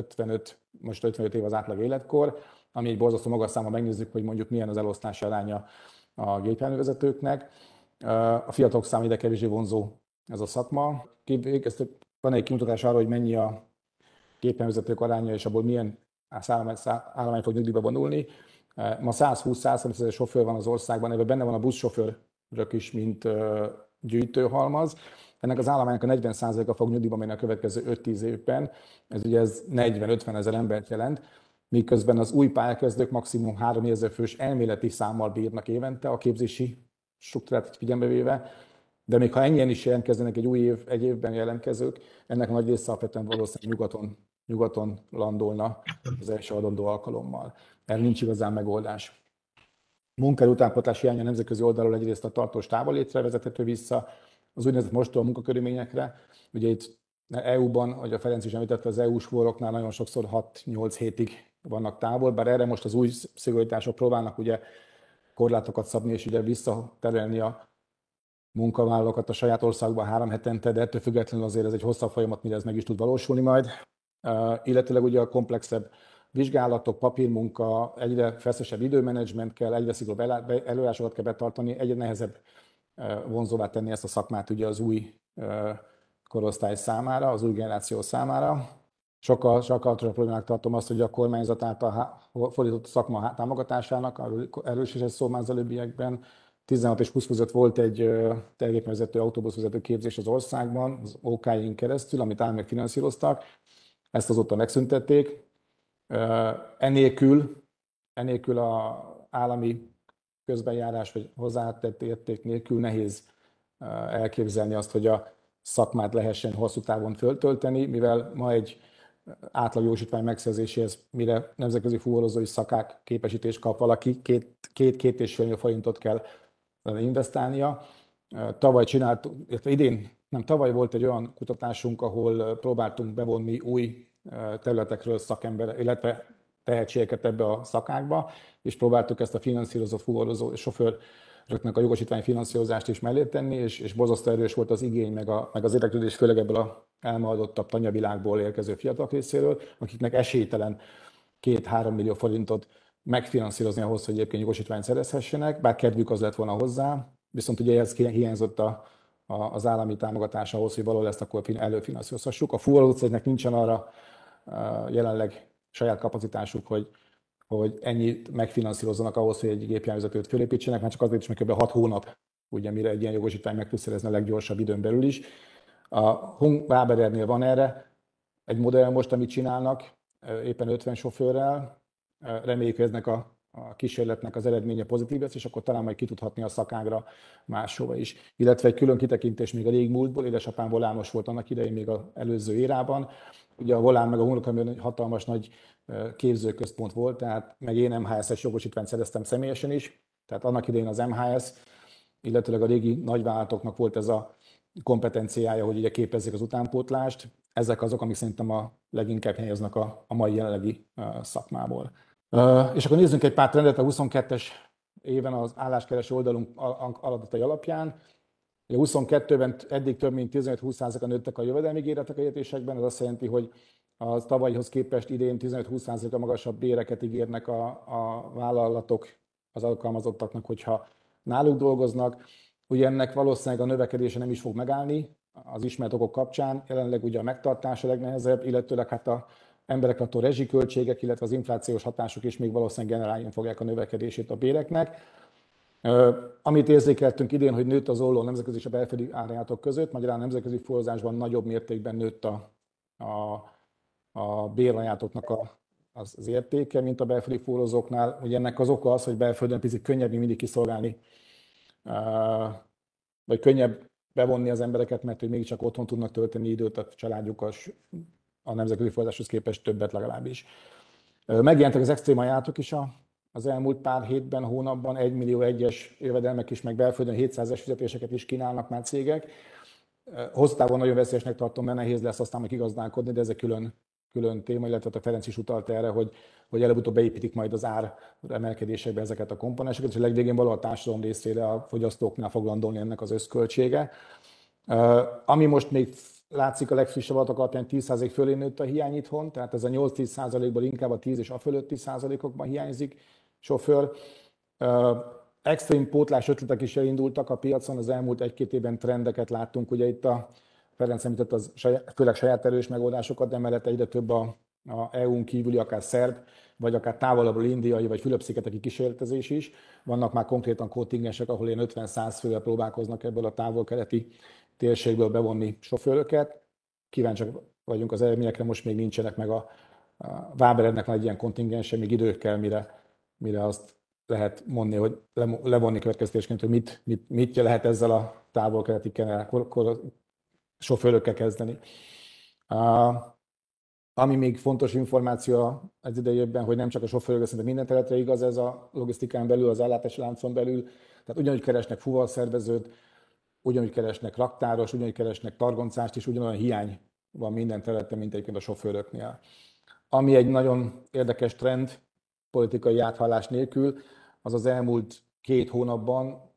55 év az átlag életkor, ami egy borzasztó magas szám, ha megnézzük, hogy mondjuk milyen az elosztási aránya a gépjárművezetőknek. A fiatalok számára ide kevésbé vonzó ez a szakma. Van egy kimutatás arra, hogy mennyi a gépjárművezetők aránya, és abból milyen állomány fog nyugdíjba vonulni. Ma 120-130 ezer sofőr van az országban, ebben benne van a buszsofőrök is, mint gyűjtőhalmaz. Ennek az állománynak a 40%-a fog nyugdíjba menni a következő 5-10 évben. Ez 40-50 ezer embert jelent, miközben az új pályakezdők maximum 3 ezer fős elméleti számmal bírnak évente a képzési struktúrát figyelembe véve, de még ha ennyien is jelentkeznek egy évben jelentkezők, ennek a nagy része alapvetően valószínűleg nyugaton landolna az első adandó alkalommal. Erre nincs igazán megoldás. Munkaerő utánpótlás hiánya nemzetközi oldalról egyrészt a tartós távollétre vezethető vissza, az úgynevezett mostó munkakörülményekre. Ugye itt EU-ban, ahogy a Ferenc is említette, az EU-s forroknál nagyon sokszor 6-8 hétig vannak távol, bár erre most az új szigorítások próbálnak ugye korlátokat szabni, és ugye visszaterelni a munkavállalókat a saját országban 3 hetente, de ettől függetlenül azért ez egy hosszabb folyamat, mire ez meg is tud valósulni majd. Illetőleg ugye a komplexebb vizsgálatok, papírmunka, egyre feszesebb időmenedzsment kell, egyre szigorúbb előírásokat kell betartani, egyre nehezebb vonzóvá tenni ezt a szakmát ugye az új korosztály számára, az új generáció számára. Sokkal problémák tartom azt, hogy a kormányzat által fordított szakma támogatásának, erről is egy szó már az előbbiekben, 16 és 20 között volt egy termékvezető, autóbuszvezető képzés az országban, az OK-in keresztül, amit államok finanszíroztak. Ezt azóta megszüntették. Enélkül a állami közbenjárás vagy hozzátett érték nélkül nehéz elképzelni azt, hogy a szakmát lehessen hosszú távon föltölteni, mivel ma egy átlag jogosítvány megszerzéséhez, mire nemzetközi fuvarozói szakák képesítést kap valaki, 2-2,5 millió forintot kell investálnia. Tavaly volt egy olyan kutatásunk, ahol próbáltunk bevonni új területekről szakember, illetve tehetségeket ebbe a szakákba, és próbáltuk ezt a finanszírozott fuvarozó és sofőröknek a jogosítvány finanszírozást is mellé tenni, és borzasztó erős volt az igény, meg az érdeklődés, főleg ebből a elmaradottabb tanyavilágból érkező fiatalok részéről, akiknek esélytelen 2-3 millió forintot megfinanszírozni ahhoz, hogy egyébként jogosítványt szerezhessenek, bár kedvük az lett volna hozzá, viszont ugye ehhez hiányzott az állami támogatás ahhoz, hogy valahol ezt akkor előfinanszírozhassuk. A fuvarozócégnek nincsen arra jelenleg saját kapacitásuk, hogy ennyit megfinanszírozzanak ahhoz, hogy egy gépjárművezetőt fölépítsenek, már csak azért is, mert kb. 6 hónap, ugye, mire egy ilyen jogosítvány meg tud szerezni a leggyorsabb időn belül is. A Waberernél van erre egy modell most, amit csinálnak, éppen 50 sofőrrel. Reméljük, hogy ennek a kísérletnek az eredménye pozitív lesz, és akkor talán majd ki tudhatni a szakágra máshova is. Illetve egy külön kitekintés még a régmúltból, édesapám volános volt annak idején még az előző érában. Ugye a volán meg a Hunokamion egy hatalmas nagy képzőközpont volt, tehát meg én MHS-es jogosítványt szereztem személyesen is, tehát annak idején az MHS, illetőleg a régi nagyvállalatoknak volt ez a kompetenciája, hogy ugye képezzék az utánpótlást. Ezek azok, amik szerintem a leginkább helyeznek a mai jelenlegi szakmából. És akkor nézzünk egy pár trendet a 22-es éven az álláskereső oldalunk adatai alapján. A 22-ben eddig több mint 15-20%-a nőttek a jövedelmi ígéretek a hirdetésekben, ez azt jelenti, hogy a tavalyhoz képest idén 15-20%-a magasabb béreket ígérnek a vállalatok az alkalmazottaknak, hogyha náluk dolgoznak. Ugye ennek valószínűleg a növekedése nem is fog megállni az ismert okok kapcsán, jelenleg ugye a megtartás a legnehezebb, illetőleg hát a emberek attól rezsiköltségek, illetve az inflációs hatások is még valószínűleg generálni fogják a növekedését a béreknek. Amit érzékeltünk idén, hogy nőtt az olló nemzetközi és a belföldi árajánlatok között, magyarán nemzetközi forrozásban nagyobb mértékben nőtt a bérajánlatoknak az értéke, mint a belföldi forrozóknál. Ugye ennek az oka az, hogy belföldön picit könnyebb mindig kiszolgálni, vagy könnyebb bevonni az embereket, mert hogy mégiscsak otthon tudnak tölteni időt a családjukkal, a nemzetközi forráshoz képest többet legalábbis. Megjelentek az extrém ajánlatok is az elmúlt pár hétben, hónapban, 1 millió egyes jövedelmek is, meg belföldön 700-es fizetéseket is kínálnak már cégek. Hosszú távon nagyon veszélyesnek tartom, mert nehéz lesz aztán meg kigazdálkodni, de ez egy külön téma, illetve a Ferenc is utalt erre, hogy előbb-utóbb beépítik majd az ár emelkedésekbe ezeket a komponenseket, és a legvégén valahol a társadalom részére a fogyasztóknál fog landolni ennek az összköltsége. Ami most még látszik a legfrissebb adatok alapján 10% fölé nőtt a hiány itthon, tehát ez a 8-10%-ból inkább a 10 és a fölötti százalékokban hiányzik sofőr. Extrém pótlás ötletek is elindultak a piacon, az elmúlt 1-2 évben trendeket láttunk, ugye itt a Ferenc említett az főleg saját erős megoldásokat, de emellett egyre több a EU-n kívüli, akár szerb, vagy akár távolabbról indiai, vagy Fülöp-szigeteki kísérletezés is. Vannak már konkrétan kontingensek, ahol ilyen 50-100 fővel próbálkoznak ebből a távol-keleti térségből bevonni sofőröket. Kíváncsiak vagyunk az eredményekre, most még nincsenek meg a Waberernek van egy ilyen kontingense, még idő kell, mire azt lehet mondani, hogy levonni következtetésként, hogy mit lehet ezzel a távol-keleti sofőrökkel kezdeni. Ami még fontos információ az idejében, hogy nem csak a sofőrökre, szerintem minden területre igaz ez a logisztikán belül, az ellátási láncon belül. Tehát ugyanúgy keresnek fuvarszervezőt, ugyanúgy keresnek raktáros, ugyanúgy keresnek targoncást, és ugyanolyan hiány van minden területen, mint egyébként a sofőröknél. Ami egy nagyon érdekes trend, politikai áthallás nélkül, az elmúlt 2 hónapban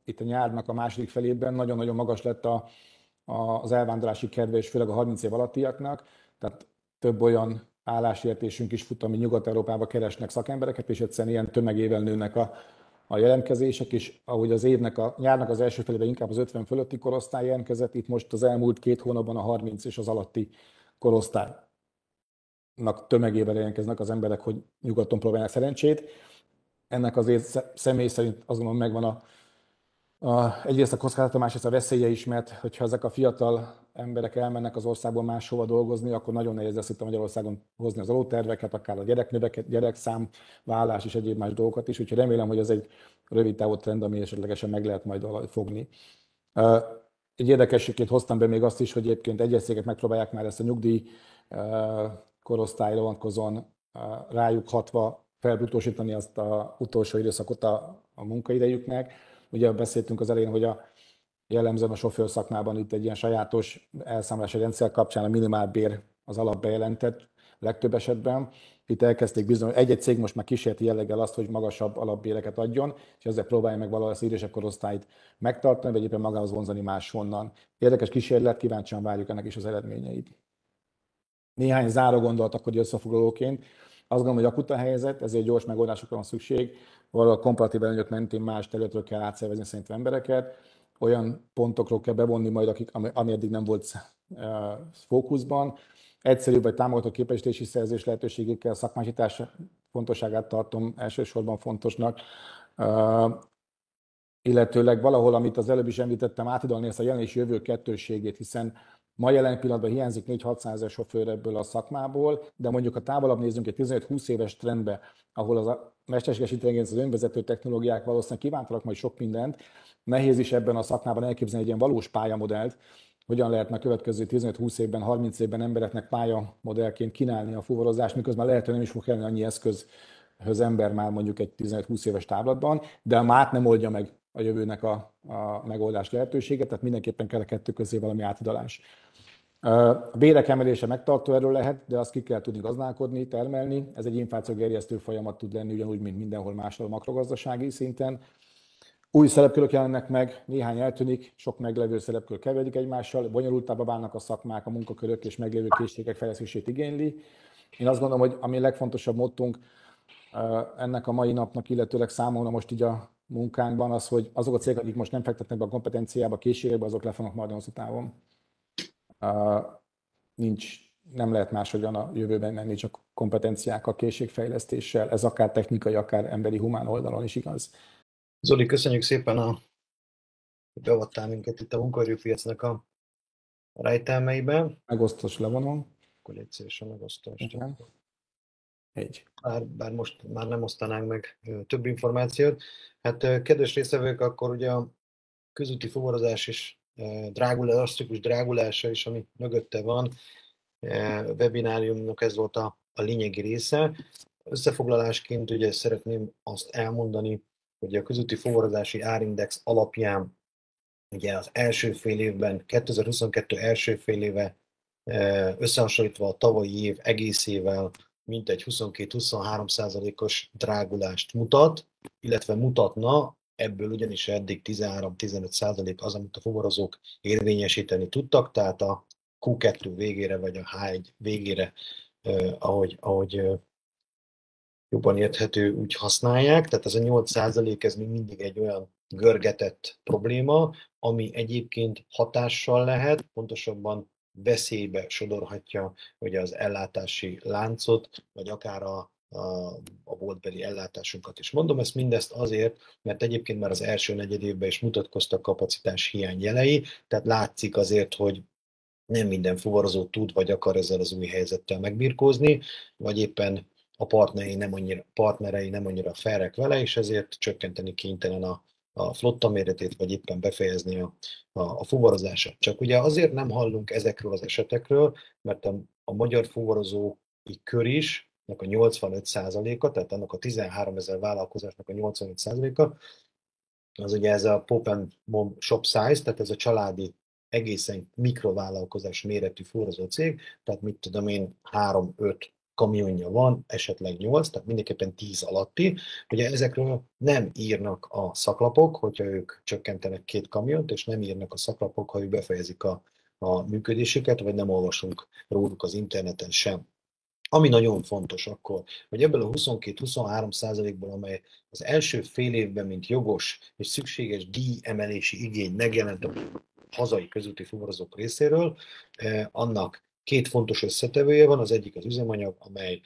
itt a nyárnak a második felében nagyon-nagyon magas lett az elvándorlási kedve, és főleg a 30 év alattiaknak, tehát több olyan állásértésünk is fut, ami Nyugat-Európába keresnek szakembereket, és egyszerűen ilyen tömegével nőnek a jelentkezések, és ahogy az évnek, a nyárnak az első felében inkább az 50 fölötti korosztály jelentkezett, itt most az elmúlt 2 hónapban a 30 és az alatti korosztálynak tömegével jelentkeznek az emberek, hogy nyugaton próbálják szerencsét. Ennek azért személy szerint azt gondolom megvan egyrészt a kockázata, másrészt a veszélye is, mert hogyha ezek a fiatal emberek elmennek az országból máshova dolgozni, akkor nagyon nehéz lesz itt a Magyarországon hozni az alóterveket, akár a gyereknöveket, gyerekszám, vállás és egyéb más dolgokat is, úgyhogy remélem, hogy ez egy rövid távú trend, ami esetlegesen meg lehet majd fogni. Egy érdekességként hoztam be még azt is, hogy egyébként egyes cégek megpróbálják már ezt a nyugdíj korosztályra vonatkozóan rájuk hatva felbrutósítani azt az utolsó időszakot a munkaidejüknek. Ugye beszéltünk az elején, hogy jellemzően a sofőrszakmában itt egy ilyen sajátos elszámolási rendszer kapcsán a minimálbér az alapbejelentett legtöbb esetben. Itt elkezdték bizony, egy-egy cég most már kísérleti jelleggel azt, hogy magasabb alapbéreket adjon, és ezzel próbálja meg valahol az idősebb korosztályt megtartani, vagy éppen magához vonzani máshonnan. Érdekes kísérlet, kíváncsian várjuk ennek is az eredményeit. Néhány záró gondolat akkor összefoglalóként. Azt gondolom, hogy akut a helyzet, ezért gyors megoldásokra van szükség. Valahol komparatív előnyök mentén más területről kell átszervezni szerintem embereket. Olyan pontokról kell bevonni majd, ami eddig nem volt fókuszban. Egyszerűbb vagy támogató képesítési szerzés lehetőségekkel, szakmásítás fontosságát tartom elsősorban fontosnak. Illetőleg valahol, amit az előbb is említettem, átidalni ezt a jelen és jövő kettősségét, hiszen ma jelen pillanatban hiányzik 4-600 ezer sofőr ebből a szakmából, de mondjuk a távolabb nézzünk egy 15-20 éves trendbe, ahol az a mesterséges intelligencia, az önvezető technológiák valószínűleg kívántanak majd sok mindent, nehéz is ebben a szakmában elképzelni egy ilyen valós pályamodellt, hogyan lehetne a következő 15-20 évben, 30 évben embereknek pályamodellként kínálni a fuvarozást, miközben lehet, hogy nem is fog kelleni annyi eszközhöz ember már mondjuk egy 15-20 éves távlatban, de már nem oldja meg a jövőnek a megoldás lehetőséget, tehát mindenképpen kell a kettő közé valami átidalás. A bérek emelése megtartó erről lehet, de azt ki kell tudni gazdálkodni, termelni. Ez egy inflációgerjesztő folyamat tud lenni, ugyanúgy, mint mindenhol máshol a makrogazdasági szinten. Új szerepkörök jelennek meg, néhány eltűnik, sok meglevő szerepkör keveredik egymással, bonyolultabbá válnak a szakmák, a munkakörök és meglévő készségek fejlesztését igényli. Én azt gondolom, hogy ami a legfontosabb mottunk ennek a mai napnak, illetőleg számomra most így a munkánkban az, hogy azok a cégek, akik most nem fektetnek be a kompetenciába, a készségekbe, azok le fognak majd hosszú távon. Nem lehet máshogyan a jövőben menni, csak kompetenciákkal, készségfejlesztéssel, ez akár technikai, akár emberi, humán oldalon is igaz. Zoli, köszönjük szépen, hogy beavattál minket itt a munkaerőpiacnak a rejtelmeiben. Megosztos levonom. Akkor légy szívesen megosztást. Igen. Bár most már nem osztanánk meg több információt. Hát kedves résztvevők, akkor ugye a közúti fuvarozás is drasztikus drágulása is, ami mögötte van. Webináriumnak ez volt a lényegi része. Összefoglalásként ugye szeretném azt elmondani, hogy a közúti fuvarozási árindex alapján ugye az első fél évben, 2022 első fél éve összehasonlítva a tavalyi év egészével mintegy 22-23%-os drágulást mutat, illetve mutatna, ebből ugyanis eddig 13-15% az, amit a fuvarozók érvényesíteni tudtak, tehát a Q2 végére vagy a H1 végére, ahogy jobban érthető, úgy használják. Tehát ez a 8% ez még mindig egy olyan görgetett probléma, ami egyébként hatással lehet, pontosabban veszélybe sodorhatja ugye az ellátási láncot, vagy akár a boltbeli ellátásunkat is. Mondom ezt mindezt azért, mert egyébként már az első negyedévben is mutatkoztak kapacitás hiány jelei, tehát látszik azért, hogy nem minden fuvarozó tud vagy akar ezzel az új helyzettel megbirkózni, vagy éppen a partnerei nem annyira felrek vele, és ezért csökkenteni kénytelen a flotta méretét, vagy éppen befejezni a fuvarozását. Csak ugye azért nem hallunk ezekről az esetekről, mert a magyar fuvarozói kör is, a 85%-a, tehát annak a 13 000 vállalkozásnak a 85%-a, az ugye ez a Pop and Mom Shop Size, tehát ez a családi egészen mikrovállalkozás méretű fuvarozó cég, tehát mit tudom én, 3-5 kamionja van, esetleg 8, tehát mindenképpen 10 alatti. Ugye ezekről nem írnak a szaklapok, hogyha ők csökkentenek 2 kamiont, és nem írnak a szaklapok, ha ők befejezik a működésüket, vagy nem olvasunk róluk az interneten sem. Ami nagyon fontos akkor, hogy ebből a 22-23%-ból, amely az első fél évben, mint jogos és szükséges díjemelési igény megjelent a hazai közúti fuvarozók részéről, annak két fontos összetevője van, az egyik az üzemanyag, amely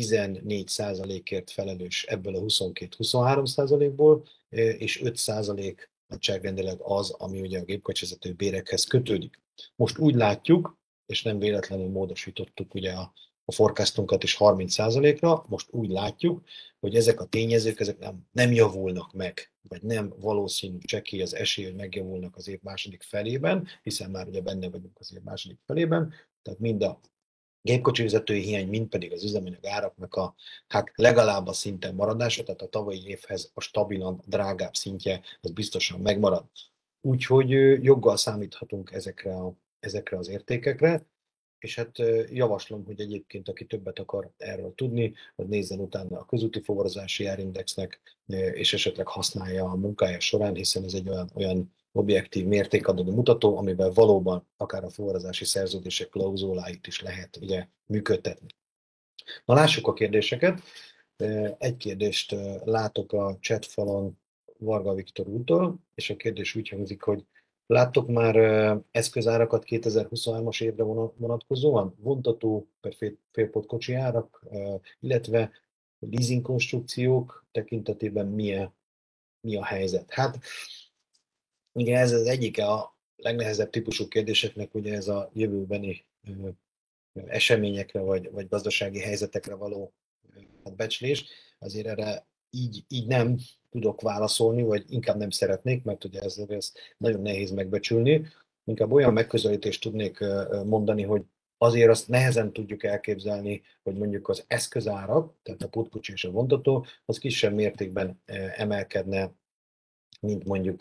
14%-ért felelős ebből a 22-23%-ból, és 5% nagyságrendileg az, ami ugye a gépkocsivezető bérekhez kötődik. Most úgy látjuk, és nem véletlenül módosítottuk ugye a forecastunkat is 30%-ra, most úgy látjuk, hogy ezek a tényezők ezek nem javulnak meg, vagy nem valószínű csekély az esély, hogy megjavulnak az év második felében, hiszen már ugye benne vagyunk az év második felében, tehát mind a gépkocsi vezetői hiány, mind pedig az üzemanyag áraknak a hát legalább a szinten maradása, tehát a tavalyi évhez a stabilan drágább szintje, az biztosan megmarad. Úgyhogy joggal számíthatunk ezekre az értékekre, és hát javaslom, hogy egyébként, aki többet akar erről tudni, az nézzen utána a közúti fuvarozási árindexnek, és esetleg használja a munkája során, hiszen ez egy olyan objektív mértékadó mutató, amivel valóban akár a fuvarozási szerződések klauzuláit is lehet ugye működtetni. Na lássuk a kérdéseket. Egy kérdést látok a chatfalon Varga Viktor úrtól, és a kérdés úgy hangzik, hogy láttok már eszközárakat 2023-as évre vonatkozóan? Vontató per félpontkocsi árak, illetve leasing konstrukciók tekintetében mi a helyzet? Hát igen, ez az egyike a legnehezebb típusú kérdéseknek, ugye ez a jövőbeni eseményekre vagy gazdasági helyzetekre való becslés. Azért erre így nem tudok válaszolni, vagy inkább nem szeretnék, mert ugye ez nagyon nehéz megbecsülni. Inkább olyan megközelítést tudnék mondani, hogy azért azt nehezen tudjuk elképzelni, hogy mondjuk az eszközárak, tehát a pótkocsi és a vontató, az kisebb mértékben emelkedne, mint mondjuk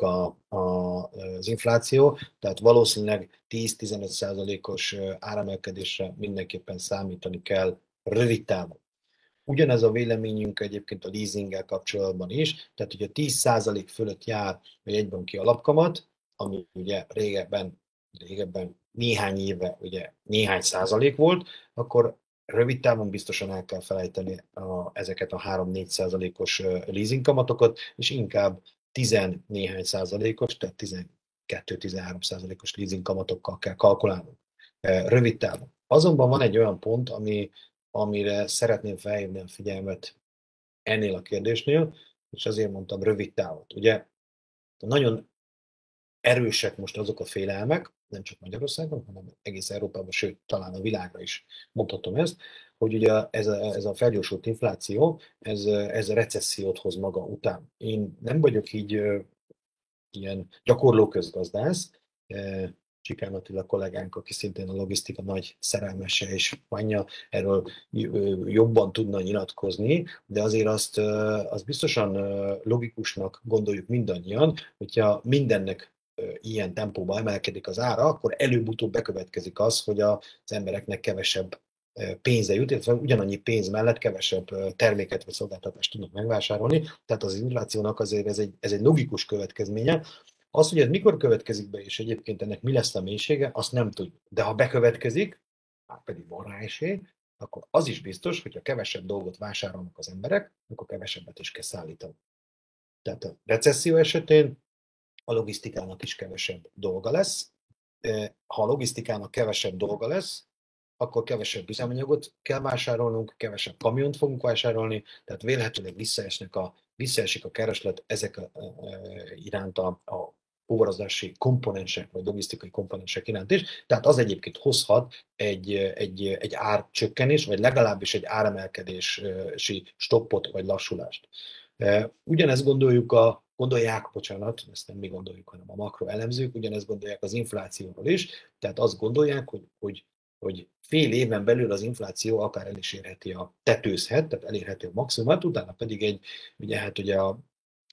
az infláció, tehát valószínűleg 10-15%-os áremelkedésre mindenképpen számítani kell rövid távon. Ugyanez a véleményünk egyébként a leasinggel kapcsolatban is, tehát hogy a 10% fölött jár egy egybanki alapkamat, ami ugye régebben néhány éve ugye néhány százalék volt, akkor rövid távon biztosan el kell felejteni ezeket a 3-4%-os leasing kamatokat, és inkább 10 néhány százalékos, tehát 12-13%-os leasing kamatokkal kell kalkulálnunk rövid távon. Azonban van egy olyan pont, amire szeretném felhívni a figyelmet ennél a kérdésnél, és azért mondtam rövid távot. Ugye nagyon erősek most azok a félelmek, nem csak Magyarországon, hanem egész Európában, sőt, talán a világra is mondhatom ezt, hogy ugye ez a felgyorsult infláció, ez a recessziót hoz maga után. Én nem vagyok így ilyen gyakorló közgazdász, Csikán Attila kollégánk, aki szintén a logisztika nagy szerelmese és fanja, erről jobban tudna nyilatkozni, de azért azt biztosan logikusnak gondoljuk mindannyian, hogyha mindennek ilyen tempóban emelkedik az ára, akkor előbb-utóbb bekövetkezik az, hogy az embereknek kevesebb pénze jut, illetve ugyanannyi pénz mellett kevesebb terméket vagy szolgáltatást tudnak megvásárolni. Tehát az inflációnak azért ez egy logikus következménye. Az, hogy ez mikor következik be, és egyébként ennek mi lesz a mélysége, azt nem tudjuk. De ha bekövetkezik, hát pedig van rá esély, akkor az is biztos, hogy ha kevesebb dolgot vásárolnak az emberek, akkor kevesebbet is kell szállítani. Tehát a recesszió esetén a logisztikának is kevesebb dolga lesz. Ha a logisztikának kevesebb dolga lesz, akkor kevesebb üzemanyagot kell vásárolnunk, kevesebb kamiont fogunk vásárolni, tehát vélhetőleg visszaesik a kereslet ezek iránt a fuvarozási komponensek, vagy logisztikai komponensek iránt is. Tehát az egyébként hozhat egy árcsökkenés, vagy legalábbis egy áremelkedési stoppot, vagy lassulást. Ugyanezt gondolják, bocsánat, ezt nem mi gondoljuk, hanem a makroelemzők, ugyanezt gondolják az inflációról is, tehát azt gondolják, hogy fél éven belül az infláció akár el is érheti tetőzhet, tehát elérheti a maximumát, utána pedig ugye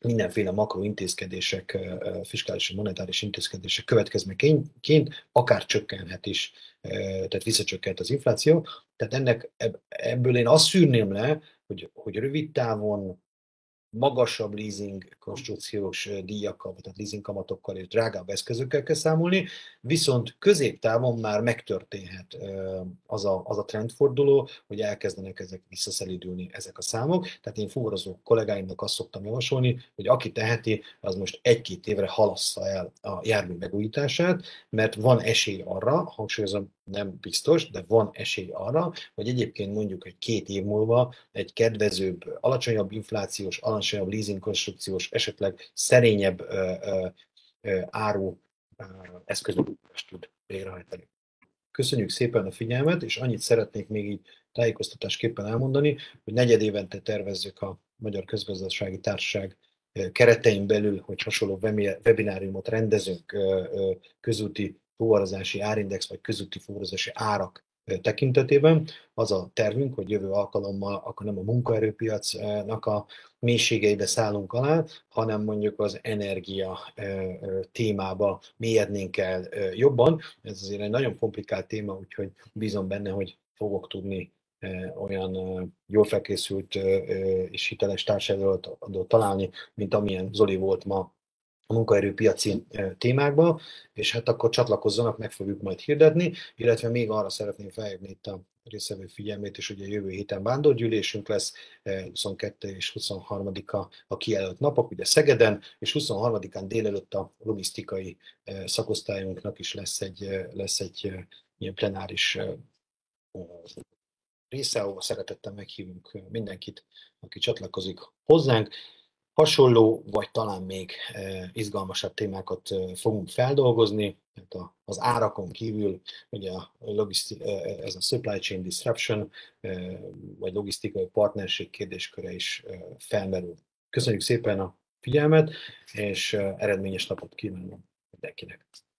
mindenféle makrointézkedések, fiskális és monetáris intézkedések következményeként akár csökkenhet is, tehát visszacsökkent az infláció. Tehát ebből én azt szűrném le, hogy rövid távon magasabb leasing konstrukciós díjakkal, tehát leasing kamatokkal és drágább eszközökkel kell számolni, viszont középtávon már megtörténhet az a trendforduló, hogy elkezdenek ezek visszaszelídülni ezek a számok. Tehát én fuvarozó kollégáimnak azt szoktam javasolni, hogy aki teheti, az most 1-2 évre halassza el a jármű megújítását, mert van esély arra, hangsúlyozom, nem biztos, de van esély arra, hogy egyébként mondjuk egy 2 év múlva egy kedvezőbb, alacsonyabb inflációs, alacsonyabb leasing konstrukciós, esetleg szerényebb áru eszközöket tud végrehajtani. Köszönjük szépen a figyelmet, és annyit szeretnék még így tájékoztatásképpen elmondani, hogy negyedévente tervezzük a Magyar Közgazdasági Társaság keretein belül, hogy hasonló webináriumot rendezünk közúti fuvarozási árindex vagy közúti fuvarozási árak tekintetében. Az a tervünk, hogy jövő alkalommal akkor nem a munkaerőpiacnak a mélységeibe szállunk alá, hanem mondjuk az energia témába mélyednénk el jobban. Ez azért egy nagyon komplikált téma, úgyhogy bízom benne, hogy fogok tudni olyan jól felkészült és hiteles társadalmat találni, mint amilyen Zoli volt ma a munkaerőpiaci témákban, és hát akkor csatlakozzanak, meg fogjuk majd hirdetni, illetve még arra szeretném felhívni itt a résztvevő figyelmét, és ugye jövő héten vándorgyűlésünk lesz, 22 és 23-a a kijelölt napok, ugye Szegeden, és 23-án délelőtt a logisztikai szakosztályunknak is lesz egy ilyen plenáris része, ahol szeretettel meghívunk mindenkit, aki csatlakozik hozzánk. Hasonló, vagy talán még izgalmasabb témákat fogunk feldolgozni. Az árakon kívül ugye ez a supply chain disruption, vagy logisztikai partnerség kérdésköre is felmerül. Köszönjük szépen a figyelmet, és eredményes napot kívánok mindenkinek!